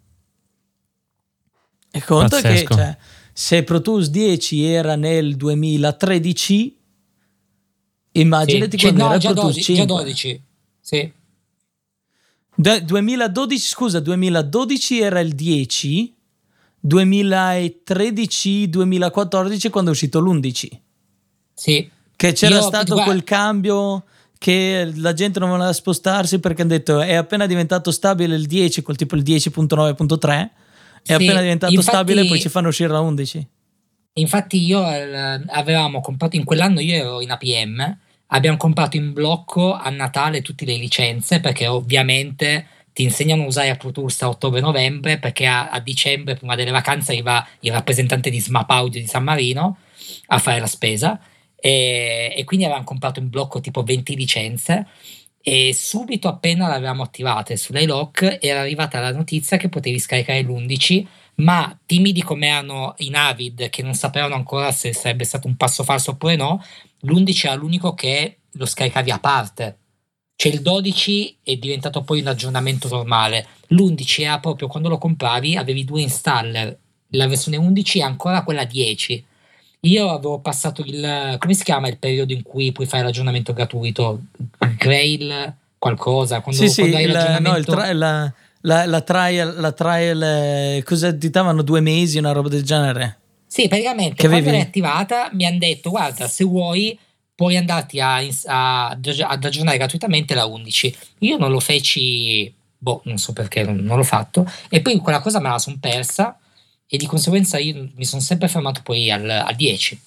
B: E conta che
A: Pazzesco.
B: cioè, se Pro Tools dieci era nel duemilatredici, immaginati
C: Sì. Cioè,
B: quando
C: no,
B: era
C: già
B: Pro Tools
C: dodici,
B: cinque.
C: già dodici. Sì.
B: Du- duemiladodici, scusa, duemiladodici era il dieci, duemilatredici duemilaquattordici quando è uscito l'undici.
C: Sì,
B: Che c'era
C: Io,
B: stato
C: guarda,
B: quel cambio che la gente non voleva spostarsi perché hanno detto è appena diventato stabile il dieci, quel tipo il dieci punto nove punto tre, è
C: sì,
B: appena diventato
C: infatti,
B: stabile poi ci fanno uscire la undici.
C: Infatti io eh, avevamo comprato in quell'anno, io ero in A P M, abbiamo comprato in blocco a Natale tutte le licenze perché ovviamente ti insegnano a usare Pro Tools a ottobre-novembre perché a, a dicembre, prima delle vacanze, arriva il rappresentante di Smap Audio di San Marino a fare la spesa e, e quindi avevamo comprato in blocco tipo venti licenze e subito appena le avevamo attivate sull'iLock era arrivata la notizia che potevi scaricare l'undici, ma timidi come erano i Navid che non sapevano ancora se sarebbe stato un passo falso oppure no, l'undici era l'unico che lo scaricavi a parte. Cioè il dodici è diventato poi un aggiornamento normale, l'undici era proprio quando lo compravi avevi due installer, la versione undici è ancora quella dieci. Io avevo passato il, come si chiama il periodo in cui puoi fare l'aggiornamento gratuito? Grail qualcosa? Quando,
B: Sì, sì,
C: quando hai
B: il, no, il
C: l'aggiornamento...
B: tra- la, la, la trial, la trial eh, cosa ditavano due mesi, una roba del genere.
C: Sì, praticamente
B: Che
C: quando
B: avevi?
C: l'hai attivata mi hanno detto guarda se vuoi puoi andarti a, a- ad aggiornare gratuitamente la undici. Io non lo feci, boh, non so perché non, non l'ho fatto e poi quella cosa me la sono persa e di conseguenza io mi sono sempre fermato poi al, al dieci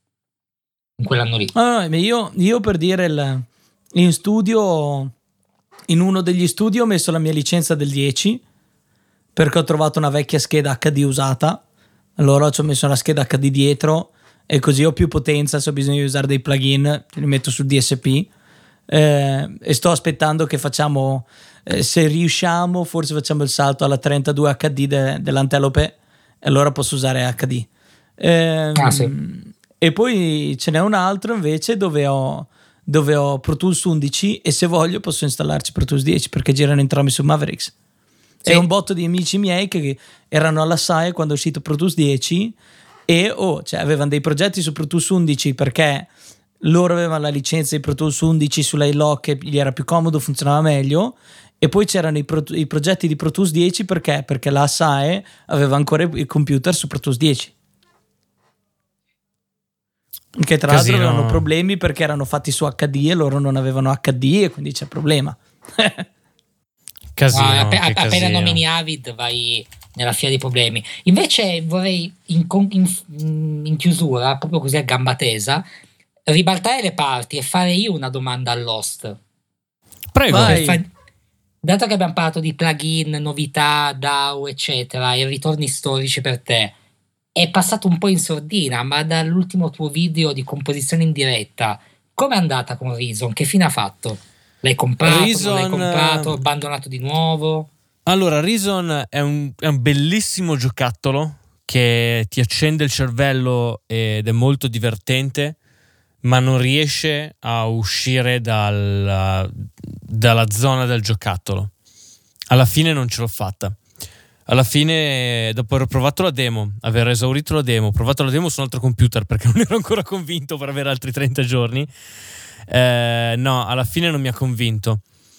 C: in quell'anno lì.
B: No, no, ma io, io per dire il, in studio, in uno degli studi ho messo la mia licenza del dieci perché ho trovato una vecchia scheda H D usata, allora ci ho messo una scheda H D dietro e così ho più potenza se ho bisogno di usare dei plugin li metto sul D S P eh, e sto aspettando che facciamo eh, se riusciamo forse facciamo il salto alla trentadue H D de, dell'Antelope e allora posso usare H D. Ehm,
C: Ah, sì.
B: E poi ce n'è un altro invece dove ho, dove ho Pro Tools undici e se voglio posso installarci Pro Tools dieci perché girano entrambi su Mavericks.
C: Sì.
B: E un botto di amici miei che erano alla S A E quando è uscito Pro Tools dieci e oh, cioè, avevano dei progetti su Pro Tools undici perché loro avevano la licenza di Pro Tools undici sull'iLock e gli era più comodo, funzionava meglio. E poi c'erano i, pro, i progetti di Pro Tools dieci perché? Perché la S A E aveva ancora il computer su Pro Tools dieci. Che tra
A: Casino.
B: l'altro avevano problemi perché erano fatti su H D e loro non avevano H D e quindi c'è problema.
A: Casino,
C: No, app-
A: che
C: appena
A: casino.
C: nomini Avid vai nella fila dei problemi. Invece vorrei in, con- in- in chiusura, proprio così a gamba tesa, ribaltare le parti e fare io una domanda all'host.
A: Prego.
B: Vai.
C: Per fa- Dato che abbiamo parlato di plugin, novità, D A W, eccetera, e ritorni storici per te, è passato un po' in sordina, ma dall'ultimo tuo video di composizione in diretta, com'è andata con Reason? Che fine ha fatto? L'hai comprato, non l'hai
A: Reason,
C: comprato,
A: eh,
C: abbandonato di nuovo?
A: Allora, Reason è un, è un bellissimo giocattolo che ti accende il cervello ed è molto divertente, ma non riesce a uscire dalla, dalla zona del giocattolo. Alla fine non ce l'ho fatta. Alla fine, dopo aver provato la demo, aver esaurito la demo, provato la demo su un altro computer perché non ero ancora convinto per avere altri trenta giorni, eh, no, alla fine non mi ha convinto.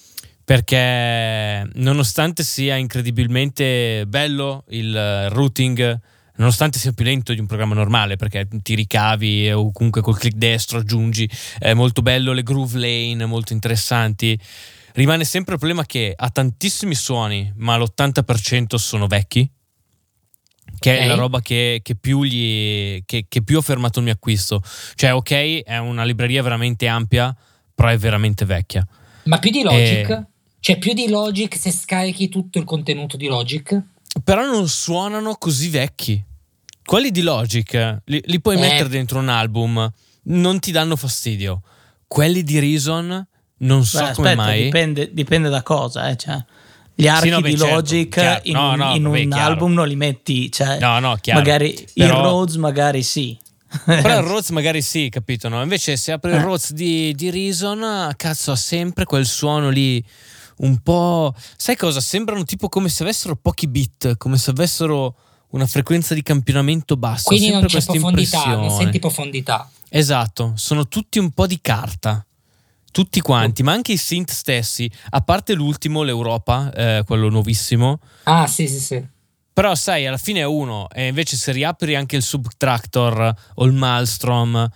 A: Perché nonostante sia incredibilmente bello il routing, nonostante sia più lento di un programma normale perché ti ricavi o comunque col clic destro aggiungi, è molto bello, le groove lane molto interessanti, rimane sempre il problema che ha tantissimi suoni ma l'ottanta per cento sono vecchi, che
C: Ok.
A: è la roba che, che più gli che, che più ha fermato il mio acquisto. Cioè ok, è una libreria veramente ampia però è veramente vecchia.
C: Ma più di Logic?
A: Eh.
C: Cioè più di Logic se scarichi tutto il contenuto di Logic?
A: Però non suonano così vecchi. Quelli di Logic li, li puoi
C: Eh.
A: mettere dentro un album, non ti danno fastidio. Quelli di Reason non so
B: Beh,
A: come
B: aspetta,
A: mai.
B: Dipende, dipende da cosa, eh, cioè, gli archi
A: Sì, no, beh,
B: di
A: certo,
B: Logic
A: chiaro.
B: in,
A: No,
B: un,
A: no,
B: in
A: vabbè,
B: un
A: chiaro.
B: album non li metti, cioè,
A: No, no, chiaro.
B: magari
A: Però-
B: il Rhodes magari sì.
A: Però il Rhodes magari sì, capito? No? Invece se apri il
B: Eh.
A: Rhodes di, di Reason, cazzo, ha sempre quel suono lì un po'... Sai cosa? Sembrano tipo come se avessero pochi bit, come se avessero una frequenza di campionamento bassa.
C: Quindi
A: Sempre
C: non c'è
A: questa
C: profondità, non
A: impressione.
C: senti profondità.
A: Esatto, sono tutti un po' di carta. Tutti quanti, ma anche i synth stessi, a parte l'ultimo, l'Europa, eh, quello nuovissimo,
C: Ah, sì, sì, sì.
A: Però sai, alla fine è uno, e invece se riapri anche il Subtractor o il Maelstrom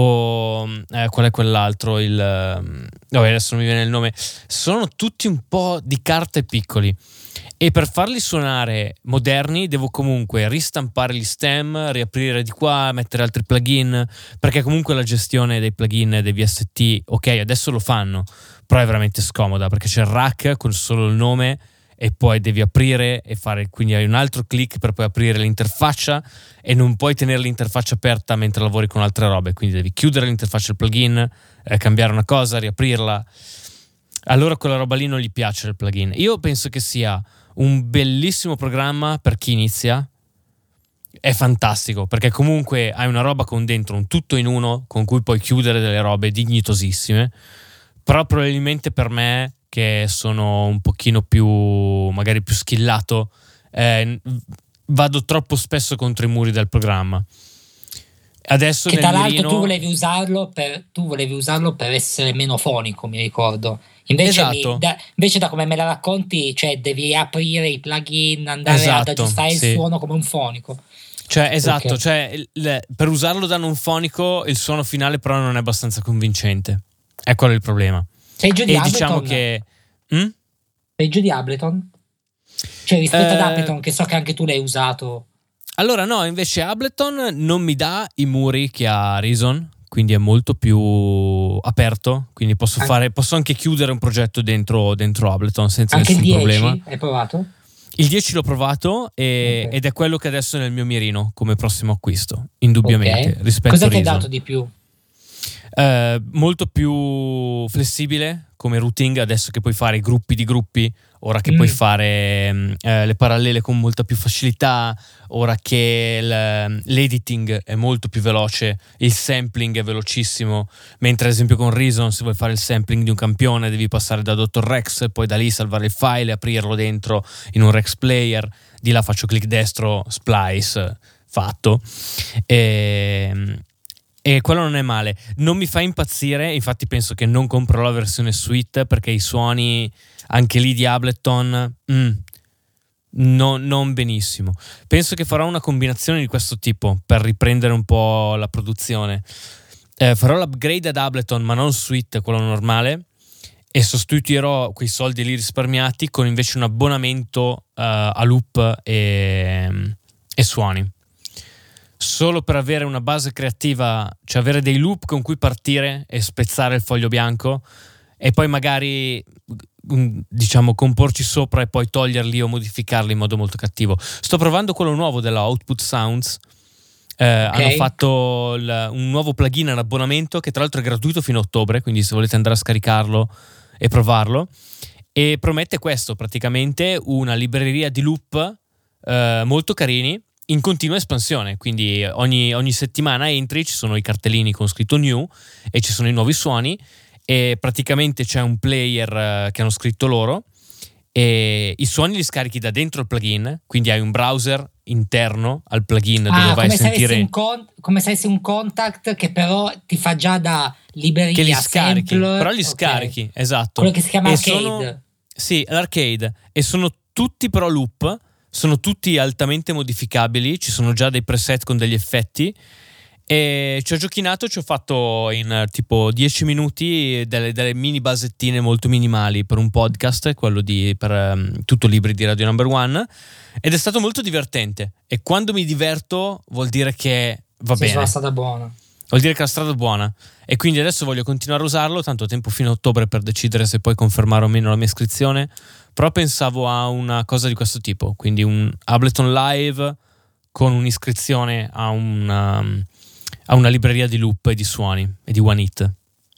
A: o eh, qual è quell'altro, il vabbè, adesso non mi viene il nome, sono tutti un po' di carte piccoli, e per farli suonare moderni devo comunque ristampare gli stem, riaprire di qua, mettere altri plugin, perché comunque la gestione dei plugin e dei V S T, ok, adesso lo fanno, però è veramente scomoda perché c'è il rack con solo il nome e poi devi aprire e fare, quindi hai un altro click per poi aprire l'interfaccia e non puoi tenere l'interfaccia aperta mentre lavori con altre robe, quindi devi chiudere l'interfaccia del plugin, eh, cambiare una cosa, riaprirla. Allora quella roba lì non gli piace il plugin. Io penso che sia un bellissimo programma per chi inizia, è fantastico perché comunque hai una roba con dentro un tutto in uno con cui puoi chiudere delle robe dignitosissime, però probabilmente per me, che sono un pochino più magari più skillato, eh, vado troppo spesso contro i muri del programma. Adesso
C: che
A: nel
C: tra l'altro
A: mirino...
C: tu volevi usarlo per tu volevi usarlo per essere meno fonico, mi ricordo. Invece,
A: esatto.
C: mi, da, invece da come me la racconti, cioè devi aprire i plugin, andare
A: esatto,
C: ad aggiustare
A: sì.
C: il suono come un fonico.
A: Cioè, esatto,
C: okay.
A: cioè il, per usarlo da non fonico il suono finale però non è abbastanza convincente. È quello il problema.
C: Peggio di
A: e
C: Ableton?
A: Diciamo che hm?
C: Peggio di Ableton? Cioè rispetto
A: eh,
C: ad Ableton, che so che anche tu l'hai usato.
A: Allora no, invece Ableton non mi dà i muri che ha Reason, quindi è molto più aperto, quindi posso
C: anche,
A: fare posso anche chiudere un progetto dentro, dentro Ableton senza
C: anche
A: nessun
C: il dieci,
A: problema.
C: Hai provato?
A: Il dieci l'ho provato e,
C: okay.
A: ed è quello che adesso è nel mio mirino come prossimo acquisto, indubbiamente,
C: okay.
A: rispetto
C: Cosa
A: a
C: ti ha
A: Reason.
C: dato di più?
A: Eh, molto più flessibile come routing, adesso che puoi fare gruppi di gruppi, ora che mm. puoi fare eh, le parallele con molta più facilità, ora che l'editing è molto più veloce, il sampling è velocissimo, mentre ad esempio con Reason se vuoi fare il sampling di un campione devi passare da doctor Rex, poi da lì salvare il file e aprirlo dentro in un Rex player, di là faccio clic destro, splice, fatto. E E quello non è male, non mi fa impazzire, infatti penso che non comprerò la versione suite perché i suoni anche lì di Ableton mm, no, non benissimo. Penso che farò una combinazione di questo tipo per riprendere un po' la produzione. Eh, farò l'upgrade ad Ableton ma non suite, quello normale, e sostituirò quei soldi lì risparmiati con invece un abbonamento uh, a loop e, e suoni. Solo per avere una base creativa, cioè avere dei loop con cui partire e spezzare il foglio bianco e poi magari diciamo comporci sopra e poi toglierli o modificarli in modo molto cattivo. Sto provando quello nuovo della Output Sounds, eh, okay. Hanno fatto il, un nuovo plugin all'abbonamento che tra l'altro è gratuito fino a ottobre, quindi se volete andare a scaricarlo e provarlo, e promette questo, praticamente una libreria di loop eh, molto carini in continua espansione, quindi ogni, ogni settimana entri, ci sono i cartellini con scritto new e ci sono i nuovi suoni e praticamente c'è un player uh, che hanno scritto loro e i suoni li scarichi da dentro il plugin, quindi hai un browser interno al plugin
C: ah,
A: dove vai a sentire
C: un con- come se avessi un contact che però ti fa già da libreria
A: che li scarichi,
C: sampler.
A: però li
C: okay.
A: scarichi, esatto,
C: quello che si chiama
A: e
C: arcade
A: sono, sì, l'arcade, e sono tutti però loop. Sono tutti altamente modificabili, ci sono già dei preset con degli effetti e ci ho giochinato, ci ho fatto in tipo dieci minuti delle, delle mini basettine molto minimali per un podcast, quello di per um, tutto libri di Radio Number One, ed è stato molto divertente e quando mi diverto vuol dire che va
C: sì,
A: bene.
C: È la strada buona.
A: Vuol dire che la strada è buona e quindi adesso voglio continuare a usarlo, tanto tempo fino a ottobre per decidere se poi confermare o meno la mia iscrizione, però pensavo a una cosa di questo tipo, quindi un Ableton Live con un'iscrizione a una, a una libreria di loop e di suoni e di one hit.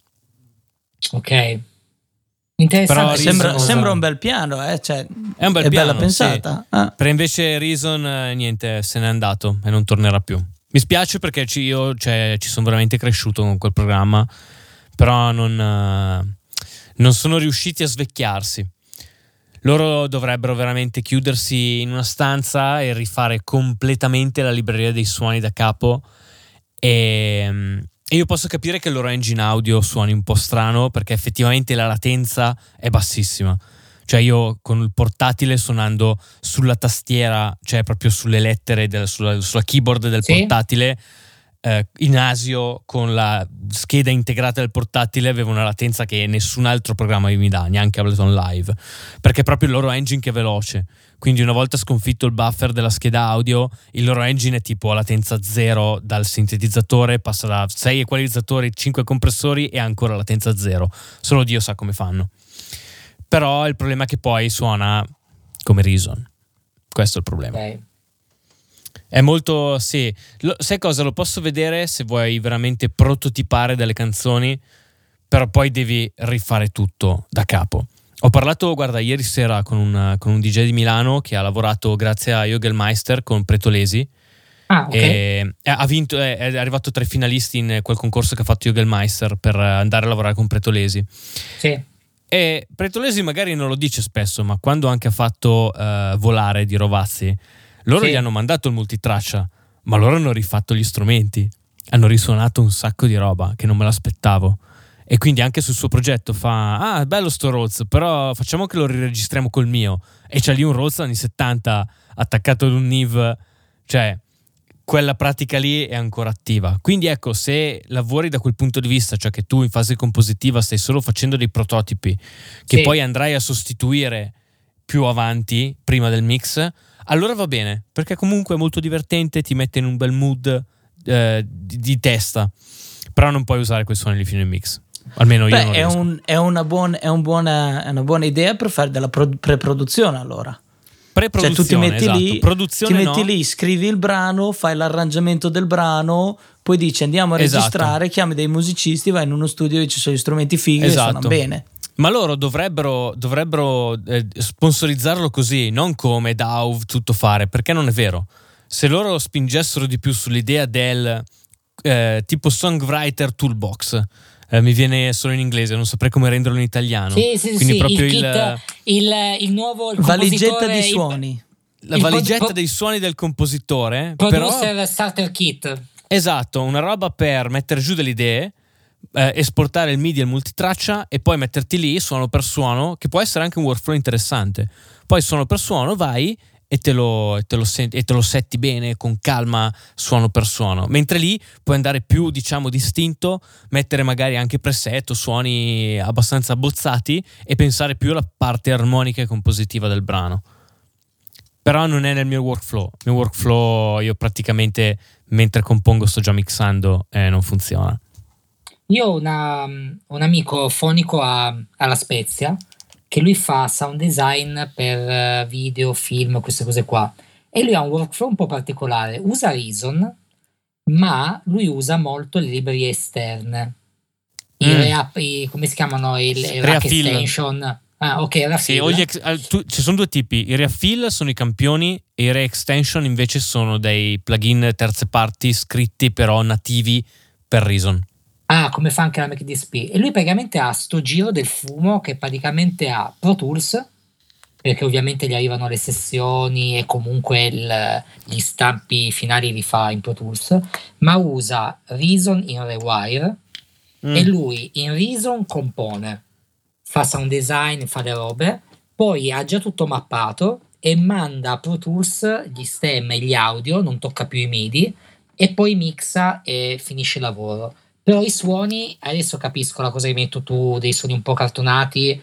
C: Ok, interessante.
B: Sembra, sembra un bel piano, eh? Cioè,
A: è un bel
B: è
A: piano,
B: bella pensata.
A: Sì.
B: Ah.
A: Per invece Reason eh, niente, se n'è andato e non tornerà più. Mi spiace perché ci, io cioè, ci sono veramente cresciuto con quel programma, però non, uh, non sono riusciti a svecchiarsi. Loro dovrebbero veramente chiudersi in una stanza e rifare completamente la libreria dei suoni da capo e, e io posso capire che il loro engine audio suoni un po' strano perché effettivamente la latenza è bassissima. Cioè io con il portatile suonando sulla tastiera, cioè proprio sulle lettere, del, sulla, sulla keyboard del
C: Sì.
A: portatile, eh, in Asio con la scheda integrata del portatile avevo una latenza che nessun altro programma mi dà, neanche Ableton Live, perché è proprio il loro engine che è veloce. Quindi una volta sconfitto il buffer della scheda audio, il loro engine è tipo a latenza zero dal sintetizzatore, passa da sei equalizzatori, cinque compressori e ancora latenza zero. Solo Dio sa come fanno. Però il problema è che poi suona come Reason. Questo è il problema.
C: Okay.
A: È molto, sì. Lo, sai cosa? Lo posso vedere se vuoi veramente prototipare delle canzoni, però poi devi rifare tutto da capo. Ho parlato, guarda, ieri sera con un, con un D J di Milano che ha lavorato grazie a Jogelmeister con Pretolesi.
C: Ah, ok.
A: E ha vinto, è, è arrivato tra i finalisti in quel concorso che ha fatto Jogelmeister per andare a lavorare con Pretolesi.
C: Sì.
A: E Pretolesi magari non lo dice spesso, ma quando anche ha fatto uh, Volare di Rovazzi, loro
C: Sì.
A: gli hanno mandato il multitraccia, ma loro hanno rifatto gli strumenti, hanno risuonato un sacco di roba che non me l'aspettavo. E quindi anche sul suo progetto fa: ah, bello sto Rhodes, però facciamo che lo riregistriamo col mio. E c'è lì un Rhodes anni settanta attaccato ad un N I V, cioè quella pratica lì è ancora attiva. Quindi ecco, se lavori da quel punto di vista, cioè che tu in fase compositiva stai solo facendo dei prototipi che
C: Sì.
A: poi andrai a sostituire più avanti, prima del mix, allora va bene, perché comunque è molto divertente, ti mette in un bel mood eh, di, di testa, però non puoi usare quei suoni lì fino in mix. Almeno io
B: Beh,
A: non
B: è,
A: riesco.
B: un, è, una buon, è, un buona, è una buona idea per fare della pro- pre-produzione, allora. Cioè tu ti
A: Pre-produzione,
B: metti
A: esatto.
B: lì,
A: Produzione
B: ti metti
A: no.
B: lì, scrivi il brano, fai l'arrangiamento del brano, poi dici andiamo a
A: Esatto.
B: registrare, chiami dei musicisti, vai in uno studio dove ci sono gli strumenti fighi
A: Esatto.
B: e suonano bene.
A: Ma loro dovrebbero, dovrebbero eh, sponsorizzarlo così, non come D A W tutto fare, perché non è vero. Se loro spingessero di più sull'idea del eh, tipo songwriter toolbox, eh, mi viene solo in inglese, non saprei come renderlo in italiano.
C: Sì, sì,
A: Quindi
C: sì,
A: proprio
C: il,
A: il,
C: kit, il, il nuovo il
B: Valigetta
C: compositore,
B: di
C: il
B: suoni.
A: la
C: il
A: valigetta
C: pro-
A: dei suoni del compositore,
C: producer
A: però
C: starter kit.
A: esatto, una roba per mettere giù delle idee, eh, esportare il M I D I e il multitraccia e poi metterti lì suono per suono, che può essere anche un workflow interessante. Poi suono per suono vai e te lo, e te lo, senti, e te lo setti bene con calma suono per suono, mentre lì puoi andare più diciamo distinto, mettere magari anche preset o suoni abbastanza abbozzati e pensare più alla parte armonica e compositiva del brano. Però non è nel mio workflow. Il mio workflow io praticamente mentre compongo sto già mixando e non funziona.
C: Io ho una, un amico fonico a, alla Spezia che lui fa sound design per video, film, queste cose qua. E lui ha un workflow un po' particolare. Usa Reason, ma lui usa molto le librerie esterne. I
A: Mm.
C: reap, i, come si chiamano? Il, il rack
A: Reafill.
C: extension. Ah, ok, Reafill.
A: Sì, o gli ex- al- tu- ci sono due tipi. I reafill sono i campioni e i re-extension invece sono dei plugin terze parti scritti però nativi per Reason.
C: Ah, come fa anche la Mac D S P. E lui praticamente ha sto giro del fumo che praticamente ha Pro Tools, perché ovviamente gli arrivano le sessioni e comunque il- gli stampi finali li fa in Pro Tools, ma usa Reason in Rewire
A: Mm.
C: e lui in Reason compone, fa sound design, fa le robe, poi ha già tutto mappato e manda a Pro Tools gli stem e gli audio, non tocca più i M I D I e poi mixa e finisce il lavoro. Però i suoni, adesso capisco la cosa che mi hai detto tu, dei suoni un po' cartonati,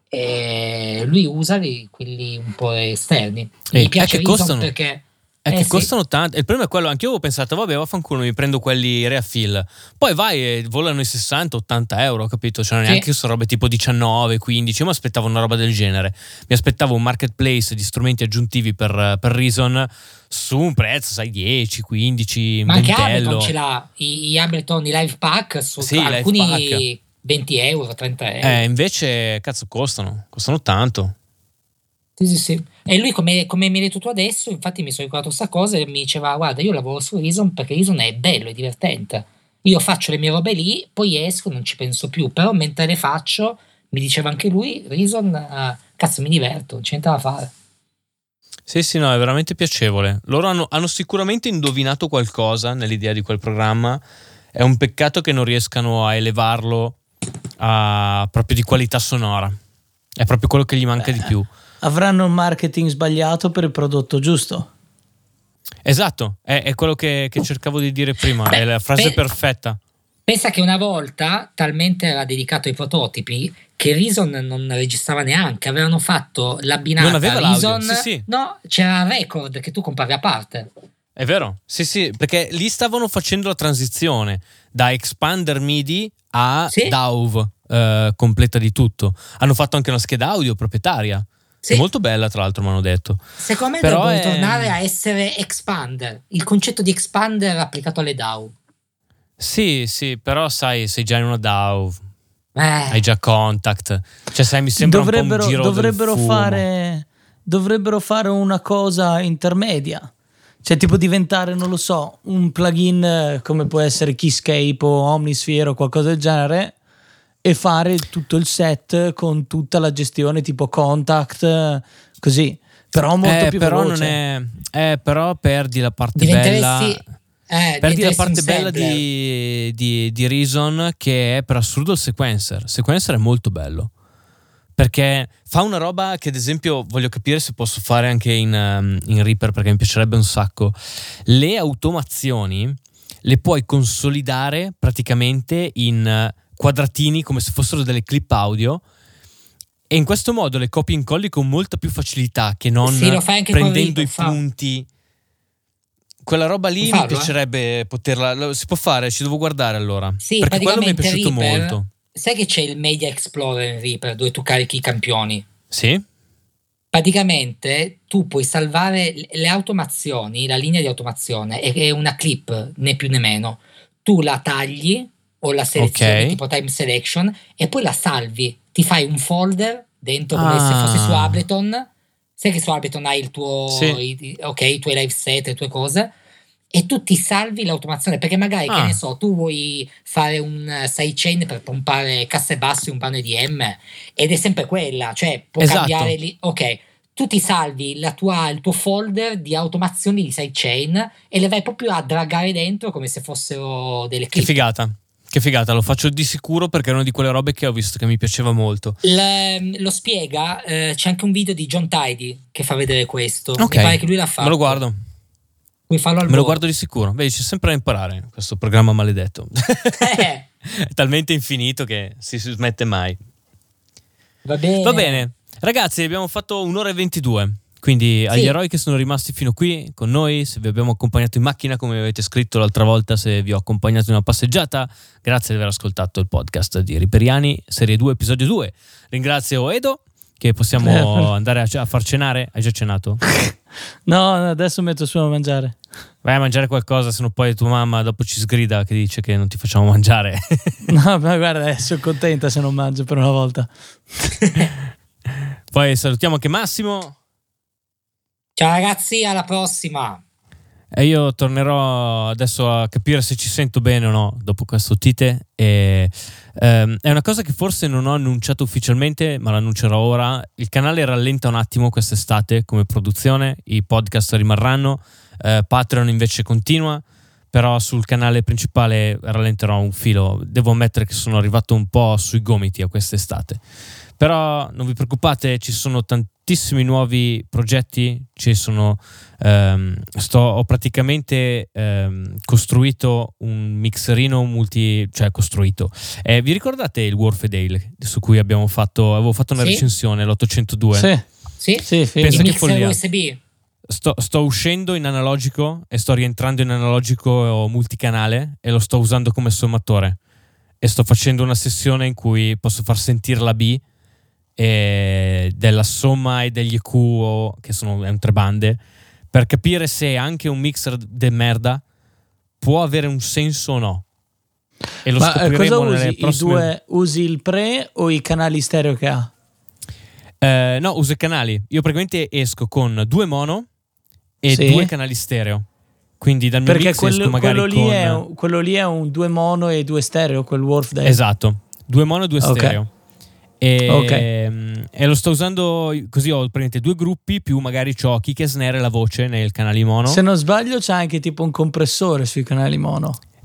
C: e lui usa li- quelli un po' esterni.
A: Eh,
C: Mi piace
A: è che
C: Reason
A: costano.
C: perché
A: È
C: eh
A: che
C: sì.
A: costano tanto. Il problema è quello. Anche io avevo pensato, vabbè, vaffanculo, mi prendo quelli reafill. Poi vai e volano i sessanta ottanta euro, capito? Cioè, non
C: Sì.
A: neanche sono robe tipo diciannove quindici. Io mi aspettavo una roba del genere. Mi aspettavo un marketplace di strumenti aggiuntivi per, per Reason su un prezzo, sai, dieci quindici, un
C: Ma anche
A: ventello.
C: Ableton ce l'ha, i, i Ableton, i live pack, su
A: Sì, i live
C: alcuni
A: pack.
C: venti euro, trenta euro.
A: Eh, invece, cazzo, costano. Costano tanto.
C: Sì, sì, sì. E lui, come, come mi hai detto tu adesso, infatti mi sono ricordato questa cosa e mi diceva: guarda, io lavoro su Reason perché Reason è bello, è divertente. Io faccio le mie robe lì, poi esco, non ci penso più. Però mentre le faccio, mi diceva anche lui, Reason, eh, cazzo, mi diverto, non c'è niente da fare.
A: Sì, sì, no, è veramente piacevole. Loro hanno, hanno sicuramente indovinato qualcosa nell'idea di quel programma. È un peccato che non riescano a elevarlo a proprio di qualità sonora. È proprio quello che gli manca
B: Beh,
A: di più.
B: Avranno un marketing sbagliato per il prodotto giusto.
A: Esatto, è, è quello che, che cercavo di dire prima,
C: Beh,
A: è la frase
C: beh,
A: perfetta.
C: Pensa che una volta talmente era dedicato ai prototipi che Reason non registrava neanche, avevano fatto l'abbinata
A: Non aveva l'audio,
C: Reason,
A: sì, sì.
C: no, c'era il record che tu compravi a parte.
A: È vero, sì sì, perché lì stavano facendo la transizione da Expander MIDI a
C: Sì.
A: D A W eh, completa di tutto. Hanno fatto anche una scheda audio proprietaria,
C: Sì.
A: che è molto bella tra l'altro, mi hanno detto.
C: Secondo me
A: Però
C: dovrebbero
A: è-
C: tornare a essere expander, il concetto di expander applicato alle D A W.
A: Sì, sì, però sai, sei già in una D A W,
C: Eh,
A: hai già Contact, cioè sai, mi sembra
B: Dovrebbero,
A: un po' un giro
B: dovrebbero
A: del fumo.
B: fare dovrebbero fare una cosa intermedia. Cioè tipo diventare, non lo so, un plugin eh, come può essere Keyscape o Omnisphere o qualcosa del genere e fare tutto il set con tutta la gestione tipo Contact, eh, così. Però molto
A: Eh,
B: più
A: però
B: veloce.
A: non è, eh, però perdi la parte
C: diventeresti,
A: bella.
C: eh,
A: Perdi la
C: diventeresti
A: parte
C: un
A: bella
C: sampler.
A: di, di, di Reason, che è per assurdo il sequencer. Il sequencer è molto bello perché fa una roba che, ad esempio, voglio capire se posso fare anche in, um, in Reaper, perché mi piacerebbe un sacco. Le automazioni le puoi consolidare praticamente in uh, quadratini come se fossero delle clip audio, e in questo modo le copie e incolli con molta più facilità che non
C: Sì, lo fai anche con
A: prendendo
C: Reaper,
A: i
C: fa.
A: punti. Quella roba lì
C: Puoi
A: mi
C: farlo, eh?
A: piacerebbe poterla. lo- Si può fare, ci devo guardare allora.
C: Sì,
A: Perché quello mi è
C: praticamente
A: piaciuto
C: Reaper,
A: molto.
C: sai che c'è il Media Explorer in Reaper dove tu carichi i campioni?
A: Sì?
C: Praticamente tu puoi salvare le automazioni, la linea di automazione è è una clip, né più né meno. Tu la tagli o la selezioni
A: Ok.
C: tipo time selection e poi la salvi. Ti fai un folder dentro come se
A: Ah.
C: fossi su Ableton. Sai che su Ableton hai il tuo,
A: Sì.
C: i, i- ok, i tuoi live set, le tue cose. E tu ti salvi l'automazione perché magari, che
A: Ah.
C: ne so, tu vuoi fare un eh, sidechain per pompare casse e bassi un brano E D M ed è sempre quella, cioè può
A: Esatto.
C: cambiare lì. Ok, tu ti salvi la tua, il tuo folder di automazioni di sidechain e le vai proprio a dragare dentro come se fossero delle
A: Che
C: clip.
A: figata. Che figata, lo faccio di sicuro perché è una di quelle robe che ho visto che mi piaceva molto.
C: Il- lo spiega, eh, c'è anche un video di John Tidy che fa vedere questo.
A: Ok.
C: Mi pare che lui l'ha fatto.
A: Me lo guardo.
C: Puoi farlo al
A: Me lo
C: volo.
A: guardo di sicuro. Vedi, c'è sempre da imparare questo programma maledetto.
C: Eh,
A: È talmente infinito che si si smette mai.
C: va bene.
A: Va bene, ragazzi, abbiamo fatto un'ora e ventidue. Quindi agli
C: Sì.
A: eroi che sono rimasti fino qui con noi, se vi abbiamo accompagnato in macchina, come avete scritto l'altra volta, se vi ho accompagnato in una passeggiata, grazie di aver ascoltato il podcast di Riperiani, serie due, episodio due. Ringrazio Edo, che possiamo andare a, a far cenare. Hai già cenato?
B: No, adesso metto su a mangiare.
A: Vai a mangiare qualcosa, se no poi tua mamma dopo ci sgrida che dice che non ti facciamo mangiare.
B: No, ma guarda, eh, sono contenta se non mangio per una volta.
A: Poi salutiamo anche Massimo.
C: Ciao ragazzi, alla prossima.
A: E io tornerò adesso a capire se ci sento bene o no dopo questo Tite. E, ehm, è una cosa che forse non ho annunciato ufficialmente, ma l'annuncerò ora. Il canale rallenta un attimo quest'estate come produzione, i podcast rimarranno, eh, Patreon invece continua, però sul canale principale rallenterò un filo. Devo ammettere che sono arrivato un po' sui gomiti a quest'estate. Però non vi preoccupate, ci sono tantissimi nuovi progetti, ci sono, ehm, sto, ho praticamente ehm, costruito un mixerino multi, cioè costruito. Eh, vi ricordate il Warfedale su cui abbiamo fatto, avevo fatto una
C: Sì.
A: recensione, l'ottocentodue?
B: Sì,
C: Sì?
B: sì, sì.
A: Pensa
C: Il
A: che
C: mixer
A: follia.
C: U S B.
A: Sto, sto uscendo in analogico e sto rientrando in analogico multicanale e lo sto usando come sommatore. E sto facendo una sessione in cui posso far sentire la B e della somma e degli E Q, che sono è un tre bande, per capire se anche un mixer de merda può avere un senso o no. E lo
B: Ma eh,
A: scopriremo
B: cosa
A: nelle
B: usi?
A: prossime...
B: I due, usi il pre o i canali stereo che ha?
A: Eh, no, uso i canali. Io praticamente esco con due mono e
B: Sì.
A: due canali stereo. Quindi dal mio
B: Perché
A: mix esco
B: quello,
A: magari
B: quello, lì
A: con...
B: è, un- quello lì è un due mono e due stereo, quel Warfdale.
A: Esatto, due mono e due
B: Ok.
A: stereo. E,
B: Ok.
A: e lo sto usando così, ho praticamente due gruppi più magari c'ho kick e snare e la voce nel canale mono.
B: Se non sbaglio c'è anche tipo un compressore sui canali mono.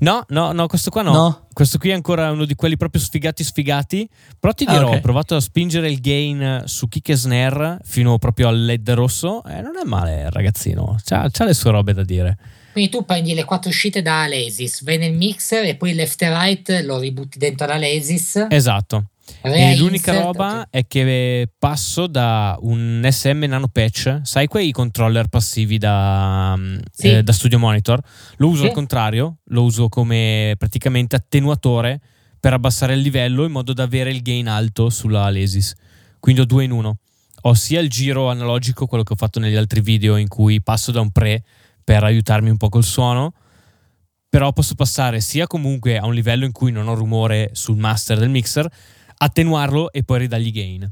A: No, no, no, questo qua no.
B: No?
A: Questo qui è ancora uno di quelli proprio sfigati sfigati. Però ti dirò,
B: Ah, ok.
A: ho provato a spingere il gain su kick e snare fino proprio al L E D rosso. E non è male, ragazzino. C'ha, c'ha le sue robe da dire.
C: Quindi tu prendi le quattro uscite da Alesis, vai nel mixer e poi left e right lo ributti dentro l'Alesis.
A: Esatto.
C: Rea
A: E l'unica
C: insert,
A: roba
C: ok.
A: è che passo da un S M Nano Patch, sai quei controller passivi da,
C: Sì.
A: eh, da Studio Monitor? Lo uso
C: Sì.
A: al contrario, lo uso come praticamente attenuatore per abbassare il livello in modo da avere il gain alto sulla Alesis. Quindi ho due in uno. Ho sia il giro analogico, quello che ho fatto negli altri video in cui passo da un pre per aiutarmi un po' col suono, però posso passare sia comunque a un livello in cui non ho rumore sul master del mixer, attenuarlo e poi ridargli gain.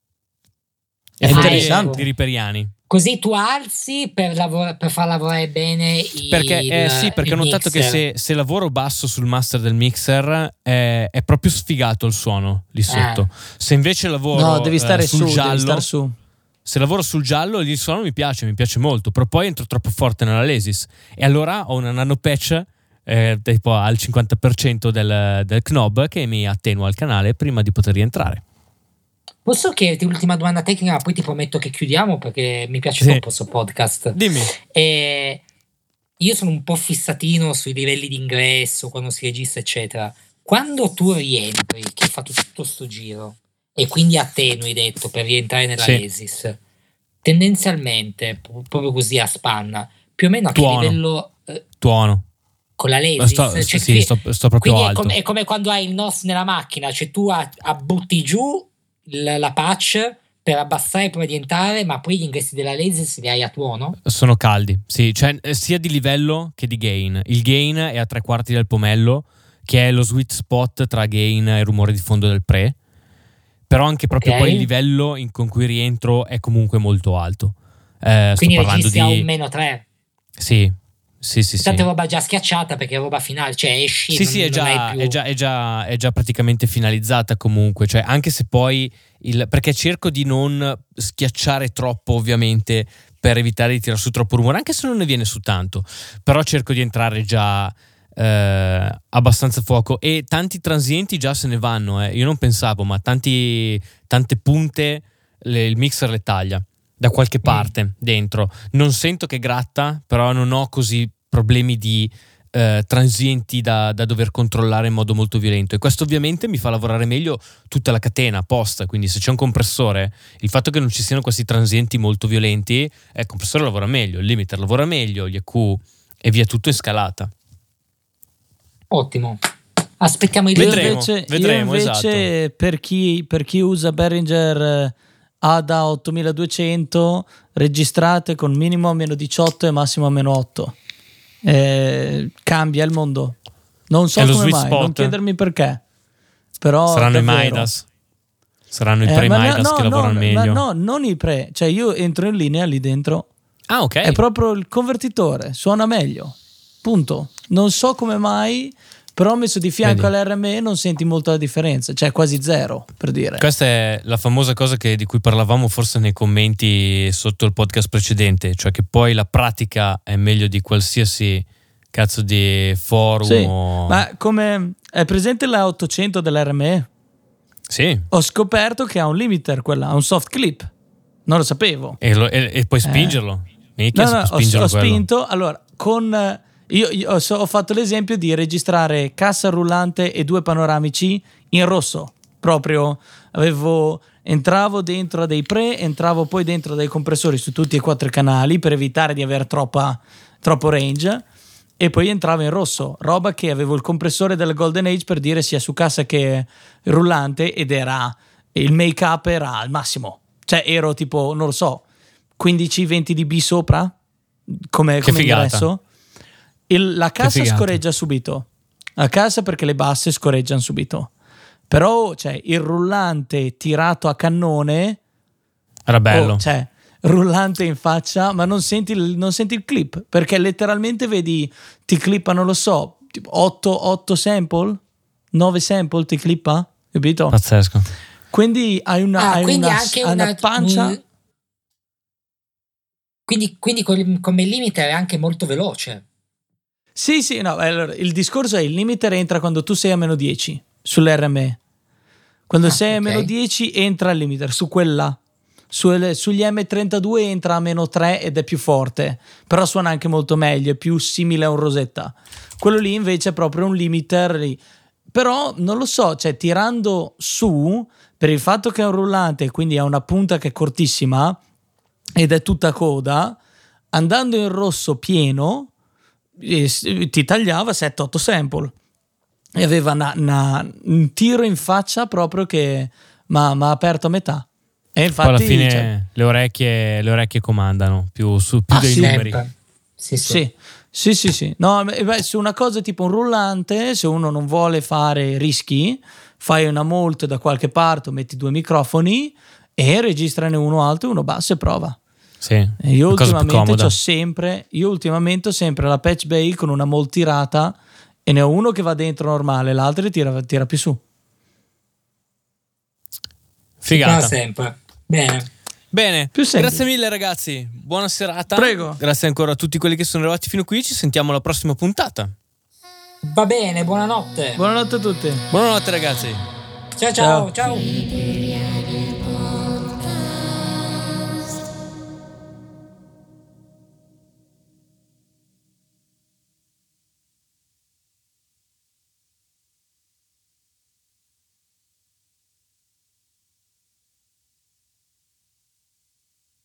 B: È
A: E
B: interessante.
A: di riperiani.
C: Così tu alzi per, lavora- per far lavorare bene il,
A: Perché, eh, sì, perché ho
C: il
A: notato che
C: mixer.
A: se, se lavoro basso sul master del mixer eh, è proprio sfigato il suono lì sotto. Se invece lavoro
B: No, devi stare
A: eh, sul
B: su, devi
A: giallo,
B: stare su.
A: se lavoro sul giallo lì il suono mi piace, mi piace molto, però poi entro troppo forte nella Alesis e allora ho una nano patch eh, tipo al cinquanta per cento del, del knob che mi attenua il canale prima di poter rientrare.
C: Posso chiederti l'ultima domanda tecnica, ma poi ti prometto che chiudiamo perché mi piace
A: Sì.
C: troppo questo podcast.
A: Dimmi.
C: E io sono un po' fissatino sui livelli di ingresso, quando si registra, eccetera. Quando tu rientri, che hai fatto tutto sto giro, e quindi attenui, detto, per rientrare nella
A: Sì.
C: Alesis, tendenzialmente, pro- proprio così a spanna, più o meno a che
A: Tuono.
C: livello eh,
A: Tuono.
C: con la Alesis?
A: Sto,
C: Cioè,
A: sì,
C: qui-
A: sto, sto proprio
C: quindi è
A: alto.
C: come, è come quando hai il N O S nella macchina, cioè tu a, a butti giù la, la patch per abbassare prima di entrare, ma poi gli ingressi della Alesis li hai a tuono?
A: Sono caldi, sì, cioè eh, sia di livello che di gain. Il gain è a tre quarti del pomello, che è lo sweet spot tra gain e rumore di fondo del pre, però anche proprio
C: Ok.
A: poi il livello in, con cui rientro è comunque molto alto. Eh, sto
C: Quindi
A: parlando
C: registri a un
A: di...
C: meno tre.
A: Sì, sì, sì, sì.
C: Tanta roba già schiacciata perché è roba finale, cioè esci,
A: Sì,
C: non,
A: sì, è
C: non
A: già,
C: hai più...
A: è, già, è, già, è già praticamente finalizzata comunque, cioè anche se poi il, perché cerco di non schiacciare troppo ovviamente per evitare di tirare su troppo rumore, anche se non ne viene su tanto, però cerco di entrare già eh, abbastanza fuoco e tanti transienti già se ne vanno, eh. Io non pensavo, ma tanti, tante punte le- il mixer le taglia da qualche parte dentro, non sento che gratta, però non ho così problemi di eh, transienti da, da dover controllare in modo molto violento, e questo ovviamente mi fa lavorare meglio tutta la catena apposta. Quindi se c'è un compressore, il fatto che non ci siano questi transienti molto violenti, eh, il compressore lavora meglio, il limiter lavora meglio, gli E Q e via tutto in scalata.
C: Ottimo. Aspettiamo i
B: Io
A: Vedremo,
B: invece,
A: vedremo,
B: io invece per, chi, per chi usa Behringer eh, A D A ottomiladuecento, registrate con minimo a meno diciotto e massimo a meno otto. Eh, cambia il mondo. Non so
A: È lo
B: come
A: sweet
B: mai,
A: spot.
B: non chiedermi perché. Però
A: Saranno
B: davvero.
A: i Midas, saranno i
B: Eh,
A: pre
B: ma no-
A: Midas
B: no,
A: che
B: no,
A: lavorano
B: ma
A: meglio.
B: no, non i pre. Cioè io entro in linea lì dentro.
A: Ah, ok.
B: È proprio il convertitore, suona meglio. Punto. Non so come mai, però messo di fianco
A: Vedi.
B: all'R M E non senti molto la differenza, cioè quasi zero, per dire.
A: Questa è la famosa cosa che, di cui parlavamo forse nei commenti sotto il podcast precedente, cioè che poi la pratica è meglio di qualsiasi cazzo di forum.
B: Sì,
A: o...
B: ma come è presente la ottocento dell'R M E?
A: Sì,
B: Ho scoperto che ha un limiter, quella, ha un soft clip. Non lo sapevo.
A: e, lo- e- e puoi spingerlo. Minchia,
B: No,
A: si
B: no,
A: può
B: ho,
A: spingerlo
B: ho
A: quello.
B: spinto. Allora, con eh, io, io ho, so- ho fatto l'esempio di registrare cassa rullante e due panoramici in rosso. Proprio avevo entravo dentro dei pre, entravo poi dentro dei compressori su tutti e quattro i canali per evitare di avere troppa, troppo range, e poi entravo in rosso, roba che avevo il compressore della Golden Age per dire sia su cassa che rullante, ed era il make up era al massimo, cioè ero tipo, non lo so, quindici venti dB sopra come,
A: Che
B: come
A: figata.
B: ingresso. Il- la cassa
A: figata.
B: scorreggia subito, la cassa perché le basse scorreggiano subito, però cioè, il rullante tirato a cannone,
A: Era bello.
B: oh, cioè rullante in faccia, ma non senti il, non senti il clip, perché letteralmente vedi ti clippa, non lo so, tipo otto, otto sample, nove sample ti clippa, capito?
A: Pazzesco.
B: Quindi hai una,
C: Ah,
B: hai
C: quindi
B: una,
C: anche
B: hai una
C: una,
B: pancia.
C: un- quindi, quindi col- come limiter è anche molto veloce.
B: Sì, sì, no, allora, il discorso è il limiter entra quando tu sei a meno dieci sull'R M E. Quando
C: Ah,
B: sei a
C: ok.
B: meno dieci entra il limiter su quella. Sulle- sugli M trentadue entra a meno tre ed è più forte, però suona anche molto meglio, è più simile a un Rosetta. Quello lì invece è proprio un limiter lì. Però non lo so, cioè tirando su, per il fatto che è un rullante, quindi ha una punta che è cortissima ed è tutta coda, andando in rosso pieno eh, s- ti tagliava sette otto sample e aveva una- una- un tiro in faccia proprio che mi ha aperto a metà. E infatti,
A: Poi alla fine
B: cioè,
A: le, orecchie, le orecchie comandano più, su, più
B: Ah,
A: dei
B: sì?
A: numeri.
C: Sempre. Sì, sì.
B: sì, sì, sì, sì. No, beh, beh, su una cosa tipo un rullante, se uno non vuole fare rischi, fai una molt da qualche parte, o metti due microfoni e registrane uno alto e uno basso e prova.
A: Sì,
B: E io
A: una cosa più
B: ultimamente
A: comoda.
B: c'ho sempre, io ultimamente ho sempre la patch bay con una molt tirata e ne ho uno che va dentro normale, l'altro tira, tira più su.
C: Si fa
A: Figata.
C: sempre. Bene.
A: Bene,
B: Più semplice.
A: grazie mille ragazzi, buona serata.
B: Prego.
A: Grazie ancora a tutti quelli che sono arrivati fino qui, ci sentiamo alla prossima puntata.
C: Va bene, buonanotte.
B: Buonanotte a tutti.
A: Buonanotte ragazzi.
C: Ciao ciao ciao.